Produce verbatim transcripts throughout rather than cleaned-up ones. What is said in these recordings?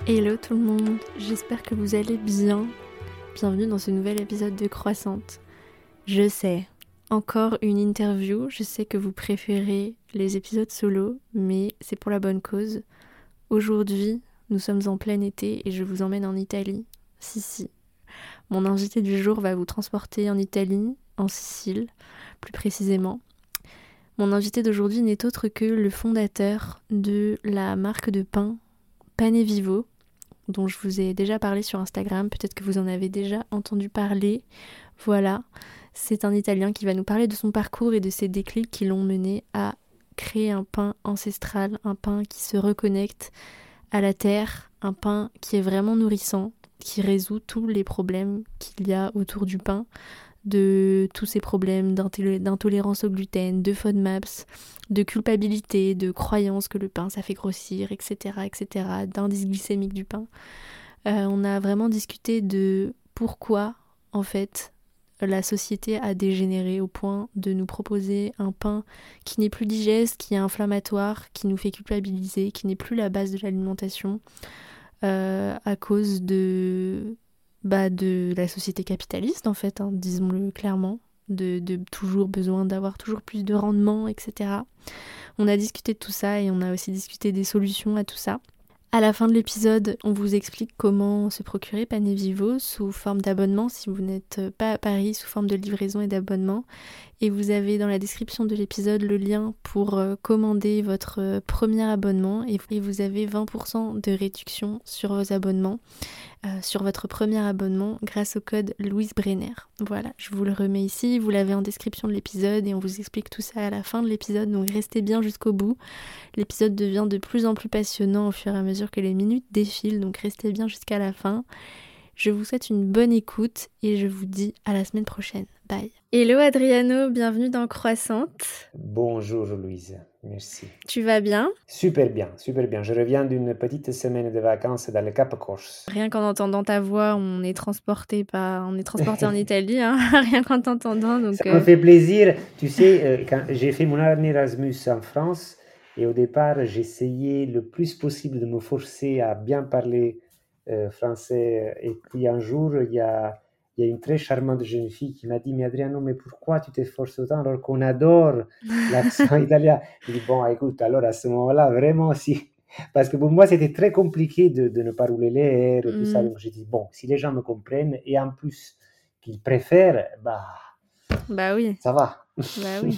Hello tout le monde, j'espère que vous allez bien. Bienvenue dans ce nouvel épisode de Croissante. Je sais, encore une interview, je sais que vous préférez les épisodes solo, mais c'est pour la bonne cause. Aujourd'hui, nous sommes en plein été et je vous emmène en Italie. Si, si. Mon invité du jour va vous transporter en Italie, en Sicile, plus précisément. Mon invité d'aujourd'hui n'est autre que le fondateur de la marque de pain Pane Vivo, dont je vous ai déjà parlé sur Instagram, peut-être que vous en avez déjà entendu parler. Voilà, c'est un Italien qui va nous parler de son parcours et de ses déclics qui l'ont mené à créer un pain ancestral, un pain qui se reconnecte à la terre, un pain qui est vraiment nourrissant, qui résout tous les problèmes qu'il y a autour du pain, de tous ces problèmes d'intolé- d'intolérance au gluten, de FODMAPs, de culpabilité, de croyance que le pain ça fait grossir, et cetera, et cetera, d'indice glycémique du pain. Euh, on a vraiment discuté de pourquoi, en fait, la société a dégénéré au point de nous proposer un pain qui n'est plus digeste, qui est inflammatoire, qui nous fait culpabiliser, qui n'est plus la base de l'alimentation, euh, à cause de, bah, de la société capitaliste, en fait, hein, disons-le clairement, de, de toujours besoin d'avoir toujours plus de rendement, et cetera. On a discuté de tout ça et on a aussi discuté des solutions à tout ça. À la fin de l'épisode, on vous explique comment se procurer Pane Vivo sous forme d'abonnement si vous n'êtes pas à Paris, sous forme de livraison et d'abonnement. Et vous avez dans la description de l'épisode le lien pour euh, commander votre euh, premier abonnement et, et vous avez vingt pour cent de réduction sur vos abonnements, euh, sur votre premier abonnement grâce au code Louise Brenner. Voilà, je vous le remets ici, vous l'avez en description de l'épisode et on vous explique tout ça à la fin de l'épisode, donc restez bien jusqu'au bout. L'épisode devient de plus en plus passionnant au fur et à mesure que les minutes défilent, donc restez bien jusqu'à la fin. Je vous souhaite une bonne écoute et je vous dis à la semaine prochaine. Bye. Hello Adriano, bienvenue dans Croissante. Bonjour Louise, merci. Tu vas bien? Super bien, super bien. Je reviens d'une petite semaine de vacances dans le Cap Corse. Rien qu'en entendant ta voix, on est transporté par, on est transporté en Italie, hein. Rien qu'en t'entendant. Donc Ça euh... me fait plaisir. Tu sais, euh, quand j'ai fait mon année Erasmus en France, et au départ, j'essayais le plus possible de me forcer à bien parler euh, français. Et puis un jour, il y a, il y a une très charmante jeune fille qui m'a dit, mais Adriano, mais pourquoi tu t'efforces autant alors qu'on adore l'accent italien? Je dis, bon, écoute, alors à ce moment-là, vraiment, si... Parce que pour moi, c'était très compliqué de, de ne pas rouler les R et tout ça. mm. Donc, j'ai dit, bon, si les gens me comprennent, et en plus qu'ils préfèrent, bah, Bah oui. ça va. Bah oui.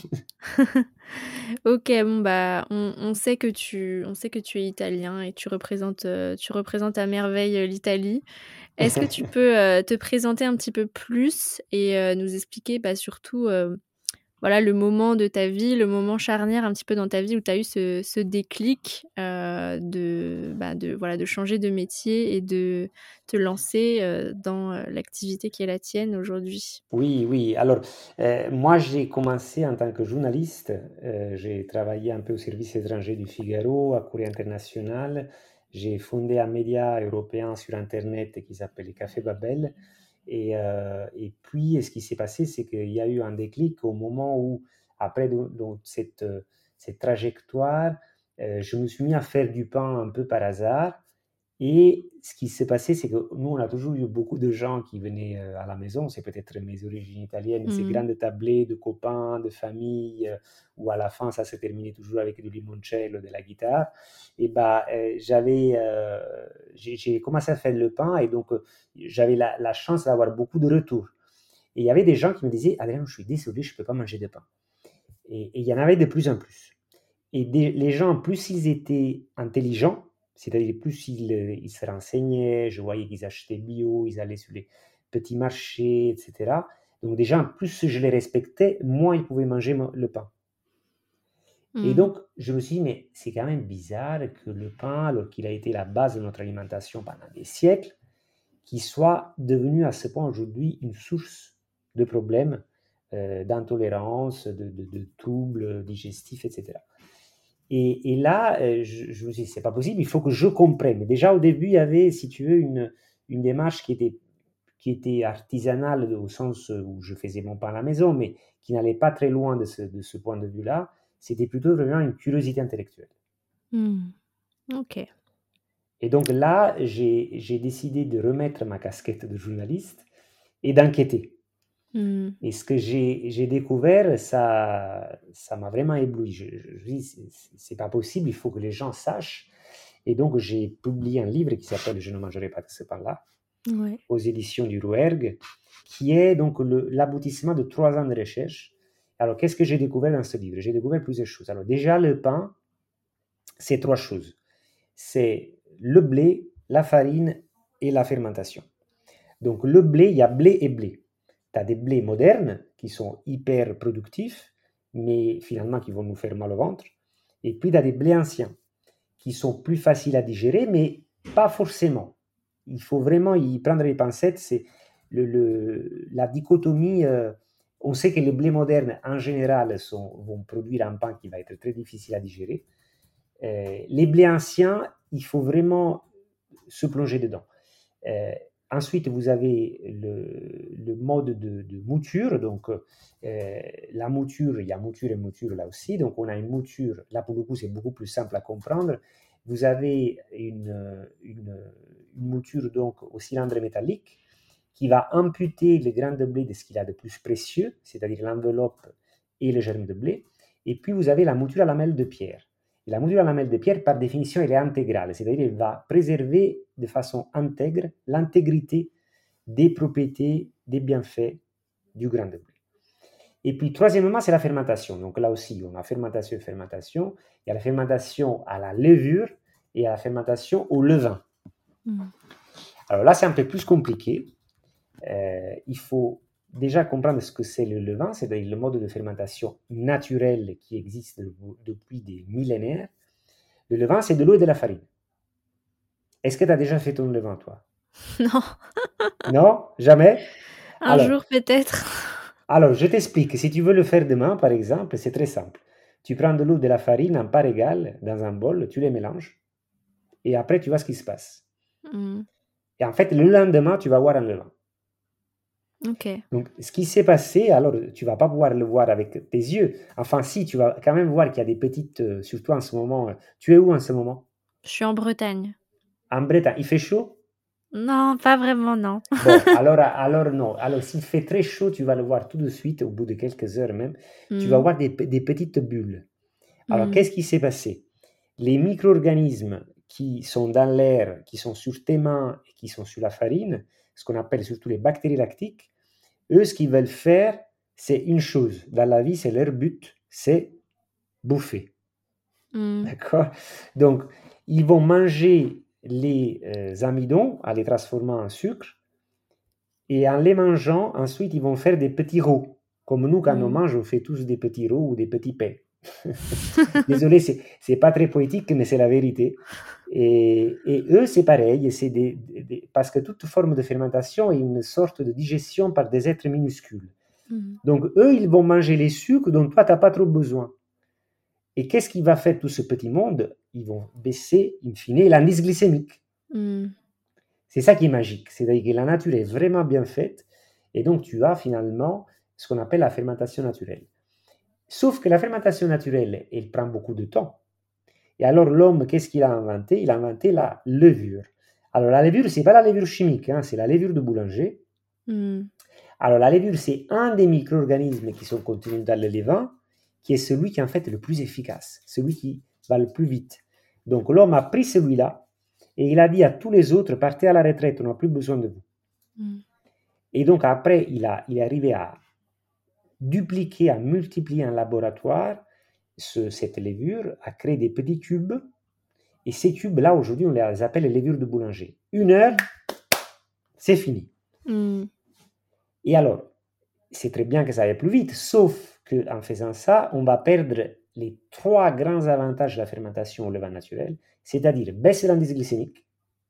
Ok, bon bah on, on sait que tu on sait que tu es italien et tu représentes euh, tu représentes à merveille euh, l'Italie. Est-ce que tu peux euh, te présenter un petit peu plus et euh, nous expliquer bah, surtout euh, voilà, le moment de ta vie, le moment charnière un petit peu dans ta vie où tu as eu ce, ce déclic euh, de, bah, de, voilà, de changer de métier et de te lancer euh, dans euh, l'activité qui est la tienne aujourd'hui? Oui, oui. Alors, euh, moi, j'ai commencé en tant que journaliste. Euh, j'ai travaillé un peu au service étranger du Figaro, à Courrier International. J'ai fondé un média européen sur Internet qui s'appelle Café Babel. Et, euh, et puis, ce qui s'est passé, c'est qu'il y a eu un déclic au moment où, après donc, donc, cette, euh, cette trajectoire, euh, je me suis mis à faire du pain un peu par hasard. Et ce qui s'est passé, c'est que nous, on a toujours eu beaucoup de gens qui venaient euh, à la maison. C'est peut-être mes origines italiennes, ces Mmh. grandes tablées de copains, de famille, euh, où à la fin, ça se terminait toujours avec du limoncello, de la guitare. Et bah, euh, j'avais, euh, j'ai, j'ai commencé à faire le pain et donc euh, j'avais la, la chance d'avoir beaucoup de retours. Et il y avait des gens qui me disaient, Adrien, je suis désolé, je ne peux pas manger de pain. Et, et il y en avait de plus en plus. Et des, les gens, plus ils étaient intelligents, c'est-à-dire plus ils, euh, ils se renseignaient, je voyais qu'ils achetaient bio, ils allaient sur les petits marchés, et cetera. Donc des gens, plus je les respectais, moins ils pouvaient manger le pain. Et Mmh. donc, je me suis dit, mais c'est quand même bizarre que le pain, alors qu'il a été la base de notre alimentation pendant des siècles, qu'il soit devenu à ce point aujourd'hui une source de problèmes, euh, d'intolérance, de, de, de troubles digestifs, et cetera. Et, et là, euh, je, je me suis dit, c'est pas possible, il faut que je comprenne. Mais déjà au début, il y avait, si tu veux, une, une démarche qui était, qui était artisanale au sens où je faisais mon pain à la maison, mais qui n'allait pas très loin de ce, de ce point de vue-là. C'était plutôt vraiment une curiosité intellectuelle. Mmh. Ok. Et donc là, j'ai, j'ai décidé de remettre ma casquette de journaliste et d'enquêter. Hmm. Et ce que j'ai, j'ai découvert, ça, ça m'a vraiment ébloui. Je, je, je dis, c'est, c'est pas possible, il faut que les gens sachent. Et donc, j'ai publié un livre qui s'appelle Je ne mangerai pas de ce pain-là, Ouais. aux éditions du Rouergue, qui est donc le, l'aboutissement de trois ans de recherche. Alors, qu'est-ce que j'ai découvert dans ce livre? J'ai découvert plusieurs choses. Alors, déjà, le pain, c'est trois choses. C'est le blé, la farine et la fermentation. Donc, le blé, il y a blé et blé. Tu as des blés modernes qui sont hyper productifs, mais finalement qui vont nous faire mal au ventre. Et puis, tu as des blés anciens qui sont plus faciles à digérer, mais pas forcément. Il faut vraiment y prendre les pincettes. C'est le, le, la dichotomie. Euh, on sait que les blés modernes, en général, sont, vont produire un pain qui va être très difficile à digérer. Euh, les blés anciens, il faut vraiment se plonger dedans. Euh, ensuite, vous avez le, le mode de, de mouture. Donc, euh, la mouture, il y a mouture et mouture là aussi. Donc, on a une mouture. Là, pour le coup, c'est beaucoup plus simple à comprendre. Vous avez une, une, une mouture donc au cylindre métallique qui va amputer le grain de blé de ce qu'il a de plus précieux, c'est-à-dire l'enveloppe et le germe de blé. Et puis, vous avez la mouture à lamelle de pierre. Et la mouture à lamelle de pierre, par définition, elle est intégrale, c'est-à-dire qu'elle va préserver de façon intègre l'intégrité des propriétés, des bienfaits du grain de blé. Et puis, troisièmement, c'est la fermentation. Donc là aussi, on a fermentation et fermentation. Il y a la fermentation à la levure et à la fermentation au levain. Mmh. Alors là, c'est un peu plus compliqué. Euh, il faut déjà comprendre ce que c'est le levain, c'est-à-dire le mode de fermentation naturel qui existe de, depuis des millénaires. Le levain, c'est de l'eau et de la farine. Est-ce que tu as déjà fait ton levain, toi? Non. Non? Jamais? Un alors, jour peut-être. Alors, je t'explique. Si tu veux le faire demain, par exemple, c'est très simple. Tu prends de l'eau, de la farine en part égale dans un bol, tu les mélanges, et après, tu vois ce qui se passe. Mm. Et en fait, le lendemain, tu vas voir un levain. Ok. Donc, ce qui s'est passé, alors, tu vas pas pouvoir le voir avec tes yeux. Enfin, si, tu vas quand même voir qu'il y a des petites, euh, surtout en ce moment. Euh, tu es où en ce moment? Je suis en Bretagne. En Bretagne. Il fait chaud? Non, pas vraiment, non. Bon, alors, alors non. Alors, s'il fait très chaud, tu vas le voir tout de suite, au bout de quelques heures même. Mm. Tu vas voir des, des petites bulles. Alors, mm. qu'est-ce qui s'est passé? Les micro-organismes qui sont dans l'air, qui sont sur tes mains et qui sont sur la farine, ce qu'on appelle surtout les bactéries lactiques, eux, ce qu'ils veulent faire, c'est une chose. Dans la vie, c'est leur but, c'est bouffer. Mm. D'accord? Donc, ils vont manger les euh, amidons en les transformant en sucre, et en les mangeant, ensuite, ils vont faire des petits roux. Comme nous, quand mm. on mange, on fait tous des petits roux ou des petits pains. Désolé, c'est, c'est pas très poétique, mais c'est la vérité. Et, et eux, c'est pareil, c'est des, des, parce que toute forme de fermentation est une sorte de digestion par des êtres minuscules. Mm. Donc, eux, ils vont manger les sucres dont toi, tu n'as pas trop besoin. Et qu'est-ce qui va faire tout ce petit monde? Ils vont baisser, in fine, l'indice glycémique. Mm. C'est ça qui est magique. C'est-à-dire que la nature est vraiment bien faite. Et donc, tu as finalement ce qu'on appelle la fermentation naturelle. Sauf que la fermentation naturelle, elle prend beaucoup de temps. Et alors, l'homme, qu'est-ce qu'il a inventé? Il a inventé la levure. Alors, la levure, ce n'est pas la levure chimique, hein, c'est la levure de boulanger. Mm. Alors, la levure, c'est un des micro-organismes qui sont contenus dans le levain, qui est celui qui est en fait le plus efficace, celui qui va le plus vite. Donc, l'homme a pris celui-là et il a dit à tous les autres, partez à la retraite, on n'a plus besoin de vous. Mm. Et donc, après, il, a, il est arrivé à dupliquer, à multiplier en laboratoire ce, cette levure, à créer des petits cubes. Et ces cubes-là, aujourd'hui, on les appelle les levures de boulanger. Une heure, c'est fini. Mm. Et alors, c'est très bien que ça aille plus vite, sauf qu'en faisant ça, on va perdre les trois grands avantages de la fermentation au levain naturel, c'est-à-dire baisse l'indice glycémique,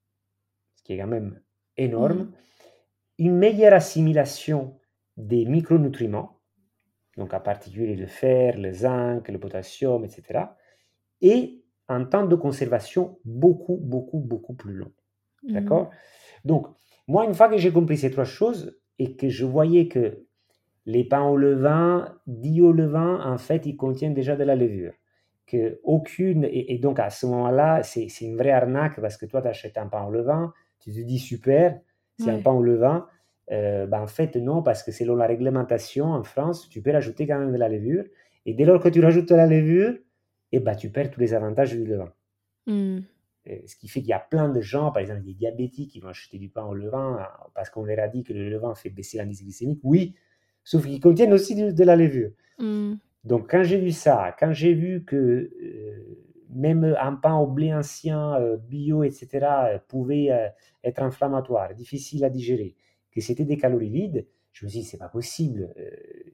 ce qui est quand même énorme, mm. une meilleure assimilation des micronutriments, donc en particulier le fer, le zinc, le potassium, et cetera, et un temps de conservation beaucoup, beaucoup, beaucoup plus long. Mmh. D'accord? Donc, moi, une fois que j'ai compris ces trois choses et que je voyais que les pains au levain, dits au levain, en fait, ils contiennent déjà de la levure. que aucune, et, et donc à ce moment-là, c'est, c'est une vraie arnaque parce que toi, tu achètes un pain au levain, tu te dis super, c'est un Ouais. pain au levain. Euh, ben, en fait, non, parce que selon la réglementation en France, tu peux rajouter quand même de la levure. Et dès lors que tu rajoutes de la levure, eh ben, tu perds tous les avantages du levain. Mm. Euh, Ce qui fait qu'il y a plein de gens, par exemple des diabétiques, qui vont acheter du pain au levain euh, parce qu'on leur a dit que le levain fait baisser l'indice glycémique. Oui, sauf qu'ils contiennent aussi de, de la levure. Mm. Donc, quand j'ai vu ça, quand j'ai vu que euh, même un pain au blé ancien, euh, bio, et cetera, euh, pouvait euh, être inflammatoire, difficile à digérer, que c'était des calories vides, je me suis dit, c'est pas possible. Euh,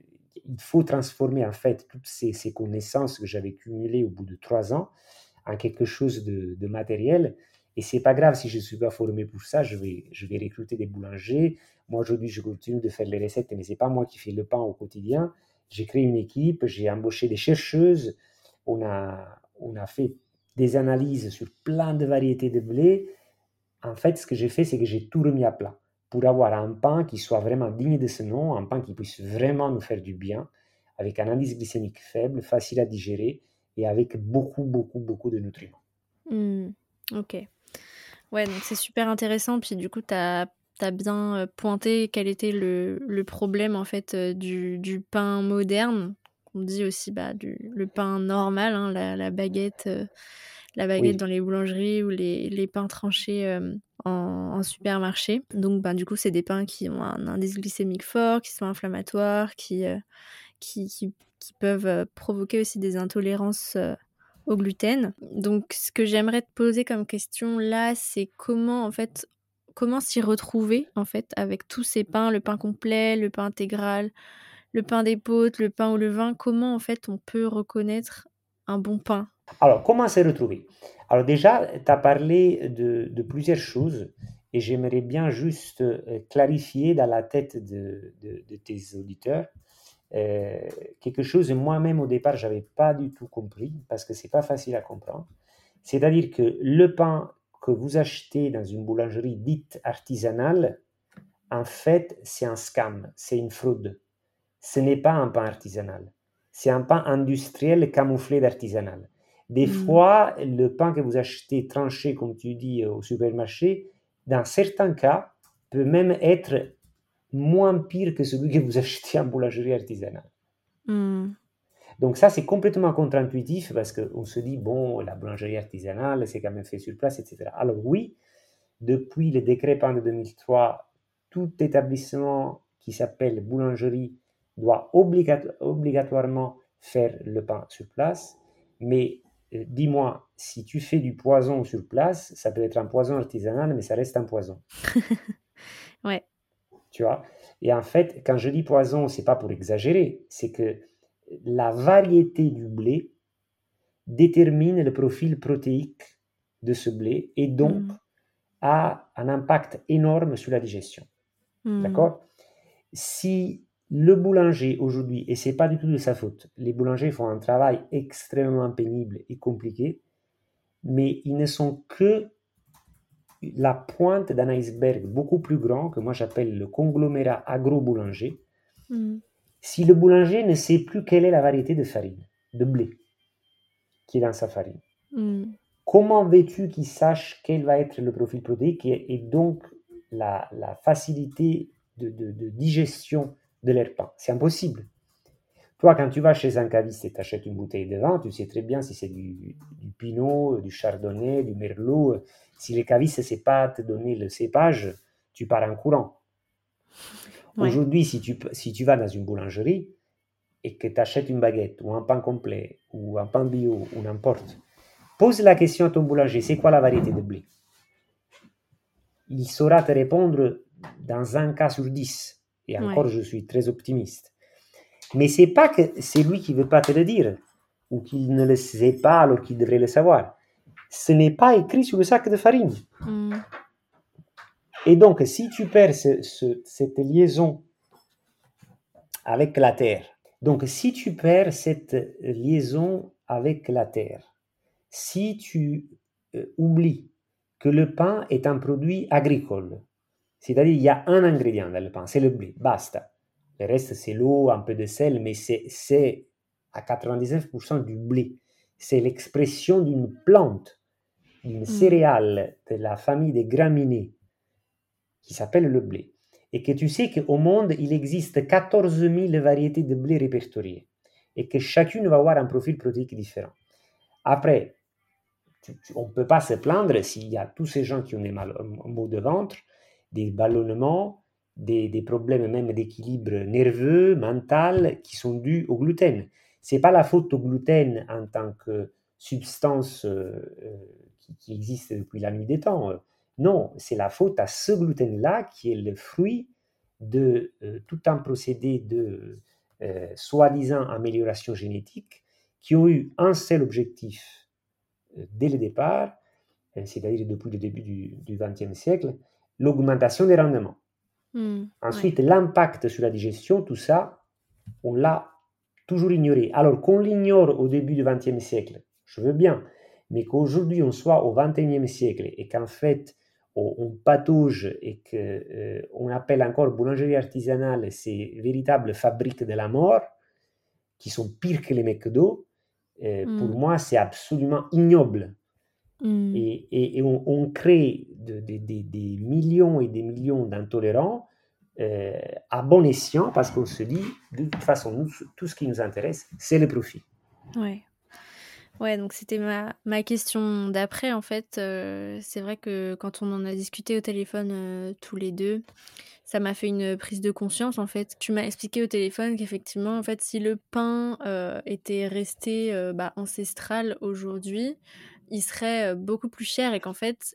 il faut transformer en fait toutes ces, ces connaissances que j'avais cumulées au bout de trois ans en quelque chose de, de matériel. Et c'est pas grave si je ne suis pas formé pour ça, je vais, je vais recruter des boulangers. Moi, aujourd'hui, je continue de faire les recettes, mais c'est pas moi qui fais le pain au quotidien. J'ai créé une équipe, j'ai embauché des chercheuses, on a, on a fait des analyses sur plein de variétés de blé. En fait, ce que j'ai fait, c'est que j'ai tout remis à plat pour avoir un pain qui soit vraiment digne de ce nom, un pain qui puisse vraiment nous faire du bien, avec un indice glycémique faible, facile à digérer et avec beaucoup, beaucoup, beaucoup de nutriments. Mm. Ok. Ouais, donc c'est super intéressant. Puis du coup, tu as bien euh, pointé quel était le, le problème en fait euh, du, du pain moderne. On dit aussi bah, du, le pain normal, hein, la, la baguette, euh, la baguette Oui, dans les boulangeries ou les, les pains tranchés euh, en, en supermarché. Donc bah, du coup, c'est des pains qui ont un indice glycémique fort, qui sont inflammatoires, qui, euh, qui, qui, qui peuvent euh, provoquer aussi des intolérances euh, au gluten. Donc, ce que j'aimerais te poser comme question là, c'est comment en fait, comment s'y retrouver en fait avec tous ces pains, le pain complet, le pain intégral, le pain d'épeautre, le pain au levain. Comment en fait on peut reconnaître un bon pain? alors comment se retrouver? Alors déjà, tu as parlé de, de plusieurs choses et j'aimerais bien juste euh, clarifier dans la tête de, de, de tes auditeurs euh, quelque chose que moi-même au départ, je n'avais pas du tout compris parce que ce n'est pas facile à comprendre. C'est-à-dire que le pain que vous achetez dans une boulangerie dite artisanale, en fait, c'est un scam, c'est une fraude. Ce n'est pas un pain artisanal, c'est un pain industriel camouflé d'artisanal. Des Mm. fois, le pain que vous achetez tranché, comme tu dis, au supermarché, dans certains cas, peut même être moins pire que celui que vous achetez en boulangerie artisanale. Mm. Donc ça, c'est complètement contre-intuitif parce qu'on se dit, bon, la boulangerie artisanale, c'est quand même fait sur place, et cetera. Alors oui, depuis le décret pain de deux mille trois, tout établissement qui s'appelle boulangerie doit obligato- obligatoirement faire le pain sur place. Mais euh, dis-moi, si tu fais du poison sur place, ça peut être un poison artisanal, mais ça reste un poison. Ouais. Tu vois? Et en fait, quand je dis poison, c'est pas pour exagérer, c'est que la variété du blé détermine le profil protéique de ce blé et donc Mm. a un impact énorme sur la digestion. Mm. D'accord? Si le boulanger aujourd'hui, et c'est pas du tout de sa faute, les boulangers font un travail extrêmement pénible et compliqué, mais ils ne sont que la pointe d'un iceberg beaucoup plus grand que moi j'appelle le conglomérat agro-boulanger. Mm. Si le boulanger ne sait plus quelle est la variété de farine, de blé, qui est dans sa farine, Mm. comment veux-tu qu'il sache quel va être le profil protéique et, et donc la, la facilité de, de, de, digestion de leur pain? C'est impossible. Toi, quand tu vas chez un caviste et t'achètes une bouteille de vin, tu sais très bien si c'est du, du pinot, du chardonnay, du merlot. Si le caviste ne sait pas te donner le cépage, tu pars en courant. Ouais. Aujourd'hui, si tu, si tu vas dans une boulangerie et que tu achètes une baguette ou un pain complet ou un pain bio ou n'importe, pose la question à ton boulanger, c'est quoi la variété de blé? Il saura te répondre dans un cas sur dix. Et encore, Ouais. je suis très optimiste. Mais c'est pas que c'est lui qui veut pas te le dire ou qu'il ne le sait pas alors qu'il devrait le savoir. Ce n'est pas écrit sur le sac de farine. Mm. Et donc, si tu perds ce, ce, cette liaison avec la terre, donc si tu perds cette liaison avec la terre, si tu euh, oublies que le pain est un produit agricole, c'est-à-dire il y a un ingrédient dans le pain, c'est le blé, basta. Le reste, c'est l'eau, un peu de sel, mais c'est, c'est à quatre-vingt-dix-neuf pour cent du blé. c'est l'expression d'une plante, d'une Mm. céréale de la famille des graminées qui s'appelle le blé. Et que tu sais qu'au monde, il existe quatorze mille variétés de blé répertoriées et que chacune va avoir un profil protéique différent. Après, tu, tu, on ne peut pas se plaindre s'il y a tous ces gens qui ont des mal, maux de ventre, des ballonnements, des, des problèmes même d'équilibre nerveux, mental, qui sont dus au gluten. Ce n'est pas la faute au gluten en tant que substance euh, qui, qui existe depuis la nuit des temps. Non, c'est la faute à ce gluten-là qui est le fruit de euh, tout un procédé de euh, soi-disant amélioration génétique qui ont eu un seul objectif euh, dès le départ, euh, c'est-à-dire depuis le début du vingtième siècle, l'augmentation des rendements. Mmh, Ensuite, ouais. l'impact sur la digestion, tout ça, on l'a toujours ignoré. Alors qu'on l'ignore au début du vingtième siècle, je veux bien, mais qu'aujourd'hui on soit au vingt et unième siècle et qu'en fait on, on patauge et qu'on euh, appelle encore boulangerie artisanale ces véritables fabriques de la mort, qui sont pires que les McDo, euh, Mmh. pour moi c'est absolument ignoble. Mmh. Et, et, et on, on crée de, de, de, des millions et des millions d'intolérants euh, à bon escient parce qu'on se dit, de toute façon, nous, tout ce qui nous intéresse, c'est le profit. Ouais. Ouais, donc c'était ma, ma question d'après, en fait. Euh, c'est vrai que quand on en a discuté au téléphone euh, tous les deux, ça m'a fait une prise de conscience, en fait. Tu m'as expliqué au téléphone qu'effectivement, en fait, si le pain euh, était resté euh, bah, ancestral aujourd'hui, il serait euh, beaucoup plus cher et qu'en fait,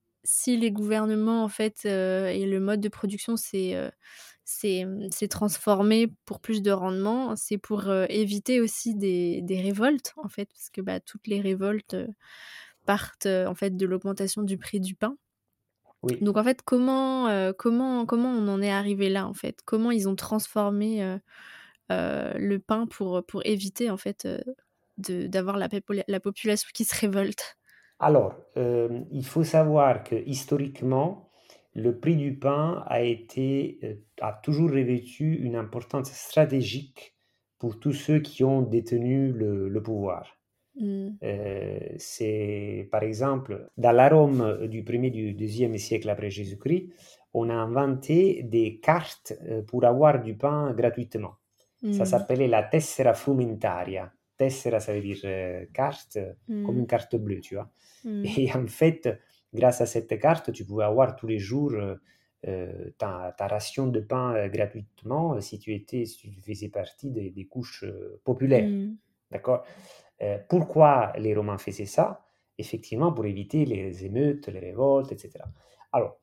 si les gouvernements, en fait, euh, et le mode de production, c'est... Euh, c'est, c'est transformé pour plus de rendement, c'est pour euh, éviter aussi des, des révoltes, en fait, parce que bah, toutes les révoltes euh, partent euh, en fait de l'augmentation du prix du pain. Oui. Donc en fait, comment, euh, comment, comment on en est arrivé là, en fait? Comment ils ont transformé euh, euh, le pain pour, pour éviter, en fait, euh, de, d'avoir la, popula- la population qui se révolte? Alors, euh, il faut savoir que historiquement, le prix du pain a, été, euh, a toujours revêtu une importance stratégique pour tous ceux qui ont détenu le, le pouvoir. Mm. Euh, c'est par exemple dans la Rome du premier et du deuxième siècle après Jésus-Christ, on a inventé des cartes euh, pour avoir du pain gratuitement. Mm. Ça s'appelait la tessera frumentaria. Tessera, ça veut dire euh, carte, Mm. comme une carte bleue, tu vois. Mm. Et en fait, grâce à cette carte, tu pouvais avoir tous les jours euh, ta, ta ration de pain euh, gratuitement si tu étais, si tu faisais partie des, des couches euh, populaires. Mm. D'accord? Euh, pourquoi les Romains faisaient ça? Effectivement, pour éviter les émeutes, les révoltes, et cetera. Alors,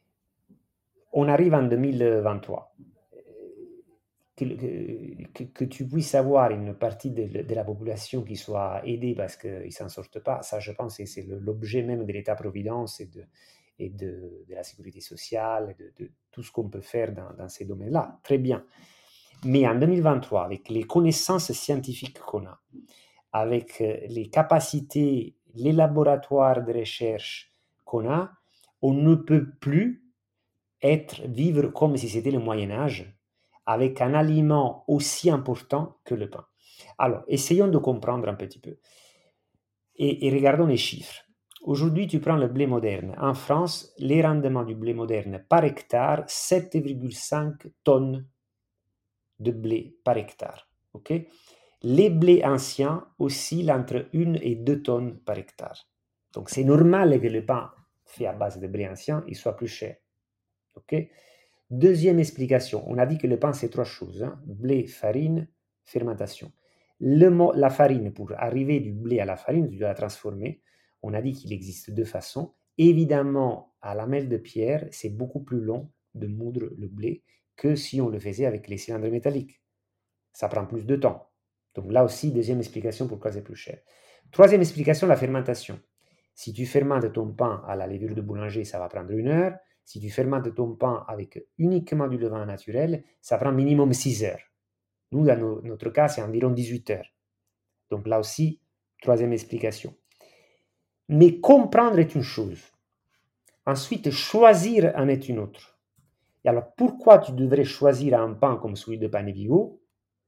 on arrive en deux mille vingt-trois. Que, que, que tu puisses avoir une partie de, de la population qui soit aidée parce qu'ils ne s'en sortent pas, ça je pense que c'est l'objet même de l'État-providence et, de, et de, de la sécurité sociale, de, de tout ce qu'on peut faire dans, dans ces domaines-là. Très bien. Mais en deux mille vingt-trois, avec les connaissances scientifiques qu'on a, avec les capacités, les laboratoires de recherche qu'on a, on ne peut plus être, vivre comme si c'était le Moyen-Âge, avec un aliment aussi important que le pain. Alors, essayons de comprendre un petit peu. Et, et regardons les chiffres. Aujourd'hui, tu prends le blé moderne. En France, les rendements du blé moderne par hectare, sept virgule cinq tonnes de blé par hectare. Okay? Les blés anciens oscillent entre une et deux tonnes par hectare. Donc, c'est normal que le pain fait à base de blé ancien il soit plus cher. Okay? Deuxième explication, on a dit que le pain, c'est trois choses. Hein? Blé, farine, fermentation. Le, la farine, pour arriver du blé à la farine, tu dois la transformer. On a dit qu'il existe deux façons. Évidemment, à la mêle de pierre, c'est beaucoup plus long de moudre le blé que si on le faisait avec les cylindres métalliques. Ça prend plus de temps. Donc là aussi, deuxième explication pourquoi c'est plus cher. Troisième explication, la fermentation. Si tu fermentes ton pain à la levure de boulanger, ça va prendre une heure. Si tu fermentes ton pain avec uniquement du levain naturel, ça prend minimum six heures. Nous, dans no, notre cas, c'est environ dix-huit heures. Donc là aussi, troisième explication. Mais comprendre est une chose. Ensuite, choisir en est une autre. Et alors, pourquoi tu devrais choisir un pain comme celui de Panevigo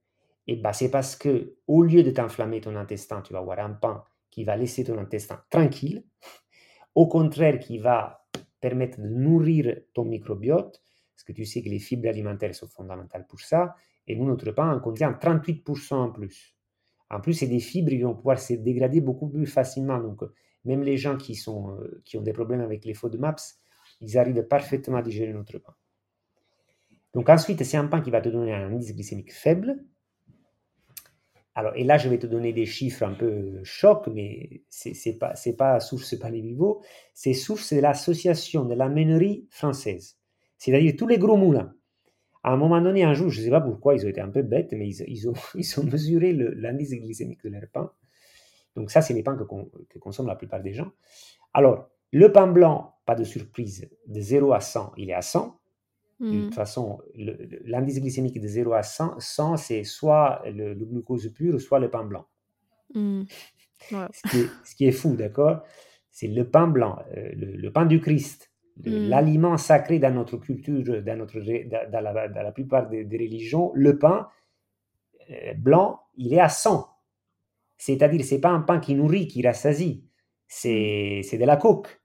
Et bah, c'est parce que au lieu de t'enflammer ton intestin, tu vas avoir un pain qui va laisser ton intestin tranquille, au contraire, qui va permettre de nourrir ton microbiote, parce que tu sais que les fibres alimentaires sont fondamentales pour ça, et nous, notre pain en contient trente-huit pour cent en plus. En plus, c'est des fibres qui vont pouvoir se dégrader beaucoup plus facilement. Donc, même les gens qui, sont, euh, qui ont des problèmes avec les FODMAPs, ils arrivent parfaitement à digérer notre pain. Donc ensuite, c'est un pain qui va te donner un indice glycémique faible. Alors, et là, je vais te donner des chiffres un peu chocs, mais ce n'est pas, c'est pas source Panevivo, c'est source de l'association de la meunerie française. C'est-à-dire tous les gros moulins. À un moment donné, un jour, je ne sais pas pourquoi, ils ont été un peu bêtes, mais ils, ils, ont, ils ont mesuré le, l'indice glycémique de leur pain. Donc ça, c'est les pains que, que consomment la plupart des gens. Alors, le pain blanc, pas de surprise, de zéro à cent, il est à cent. De toute Mm. façon, le- le- l'indice glycémique de zéro à cent, cent, c'est soit le, le glucose pur, soit le pain blanc. Mm. Wow. Ce qui est, ce qui est fou, d'accord? C'est le pain blanc, euh, le, le pain du Christ, le- Mm. l'aliment sacré dans notre culture, dans, notre, dans, dans la, dans la plupart des, des religions. Le pain euh, blanc, il est à cent. C'est-à-dire, ce n'est pas un pain qui nourrit, qui rassasie. Mm. C'est, c'est de la coke.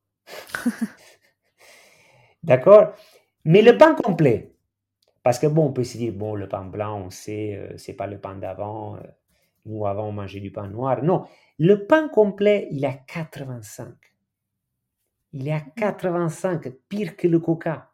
D'accord? Mais le Mm. pain complet, parce que bon, on peut se dire, bon, le pain blanc, on sait, euh, c'est pas le pain d'avant. euh, nous, avant, on mangeait du pain noir. Non, le pain complet, il est à quatre-vingt-cinq. Il est à quatre-vingt-cinq, pire que le coca.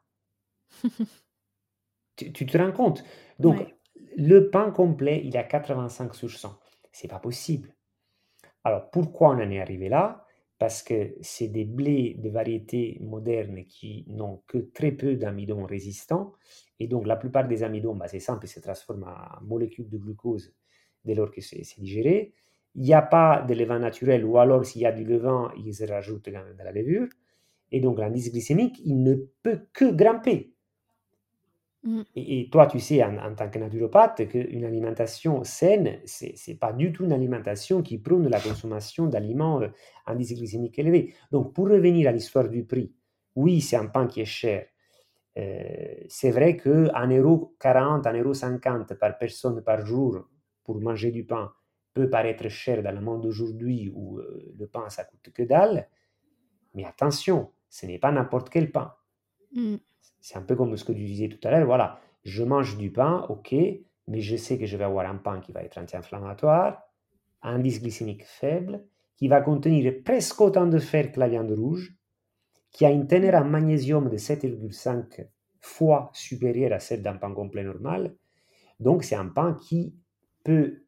Tu, tu te rends compte? Donc, Ouais. le pain complet, il est à quatre-vingt-cinq sur cent. C'est pas possible. Alors, pourquoi on en est arrivé là? Parce que c'est des blés de variétés modernes qui n'ont que très peu d'amidon résistants. Et donc, la plupart des amidons, bah, c'est simple, ils se transforment en molécules de glucose dès lors que c'est, c'est digéré. Il n'y a pas de levain naturel, ou alors s'il y a du levain, ils se rajoutent dans, dans la levure. Et donc, l'indice glycémique, il ne peut que grimper. Mm. Et, et toi, tu sais, en, en tant que naturopathe, qu'une alimentation saine, ce n'est pas du tout une alimentation qui prône la consommation d'aliments euh, à indice glycémique élevé. Donc, pour revenir à l'histoire du prix, oui, c'est un pain qui est cher. Euh, c'est vrai que un euro quarante, un euro cinquante par personne par jour pour manger du pain peut paraître cher dans le monde d'aujourd'hui où euh, le pain, ça coûte que dalle. Mais attention, ce n'est pas n'importe quel pain. Mm. C'est un peu comme ce que tu disais tout à l'heure, voilà, je mange du pain, ok, mais je sais que je vais avoir un pain qui va être anti-inflammatoire, indice glycémique faible, qui va contenir presque autant de fer que la viande rouge, qui a une teneur en magnésium de sept virgule cinq fois supérieure à celle d'un pain complet normal. Donc c'est un pain qui peut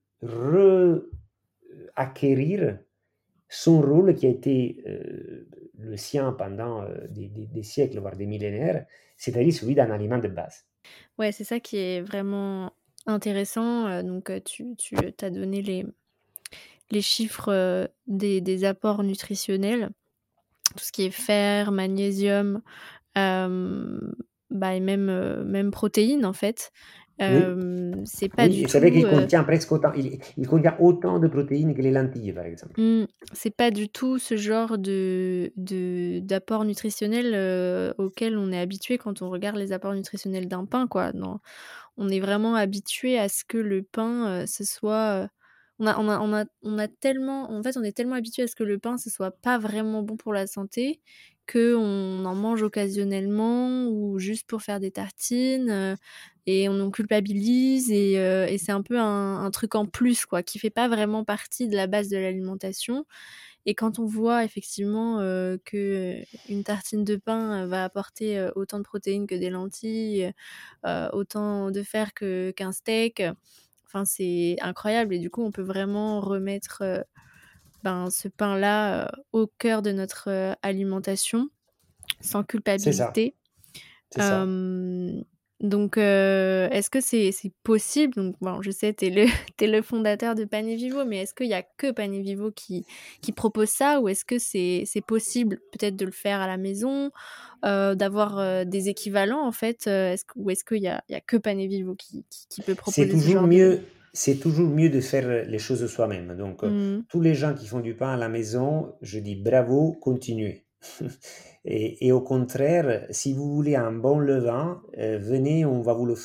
reacquérir son rôle qui a été euh, le sien pendant euh, des, des, des siècles, voire des millénaires, c'est-à-dire celui d'un aliment de base. Ouais, c'est ça qui est vraiment intéressant. Euh, donc, euh, tu, tu as donné les, les chiffres euh, des, des apports nutritionnels, tout ce qui est fer, magnésium, euh, bah, et même, euh, même protéines, en fait. Oui, Euh, c'est pas oui, du et c'est vrai tout... qu'il euh, contient presque autant, il, il contient autant de protéines que les lentilles, par exemple. Mmh, c'est pas du tout ce genre de de d'apport nutritionnel, heu, auquel on est habitué quand on regarde les apports nutritionnels d'un pain, quoi. Non, on est vraiment habitué à ce que le pain, heu, ce soit, heu on a on a on a on a tellement en fait, on est tellement habitué à ce que le pain, ce soit pas vraiment bon pour la santé, qu'on en mange occasionnellement ou juste pour faire des tartines, heu et on en culpabilise et heu et c'est un peu un un truc en plus, quoi, qui fait pas vraiment partie de la base de l'alimentation. Et quand on voit effectivement, heu, qu'une tartine de pain, heu, va apporter, heu, autant de protéines que des lentilles, heu, autant de fer que qu'un steak, enfin c'est incroyable et du coup on peut vraiment remettre, heu, ben, ce pain-là, heu, au cœur de notre, heu, alimentation, sans C'est ça, culpabilité. c'est ça. Hem, donc heu, est-ce que c'est c'est possible donc bon, je sais, tu es le tu es le fondateur de Panevivo, mais est-ce qu'il y a que Panevivo qui qui propose ça? Ou est-ce que c'est c'est possible peut-être de le faire à la maison, heu, d'avoir, heu, des équivalents en fait? Heu, est-ce que ou est-ce qu'il y a il y a que Panevivo qui qui qui peut C'est proposer ce toujours genre de... mieux, c'est toujours mieux de faire les choses soi-même. Donc, euh, Mmh. tous les gens qui font du pain à la maison, je dis bravo, continuez. et, et au contraire, si vous voulez un bon levain, euh, venez, on va vous l'offrir.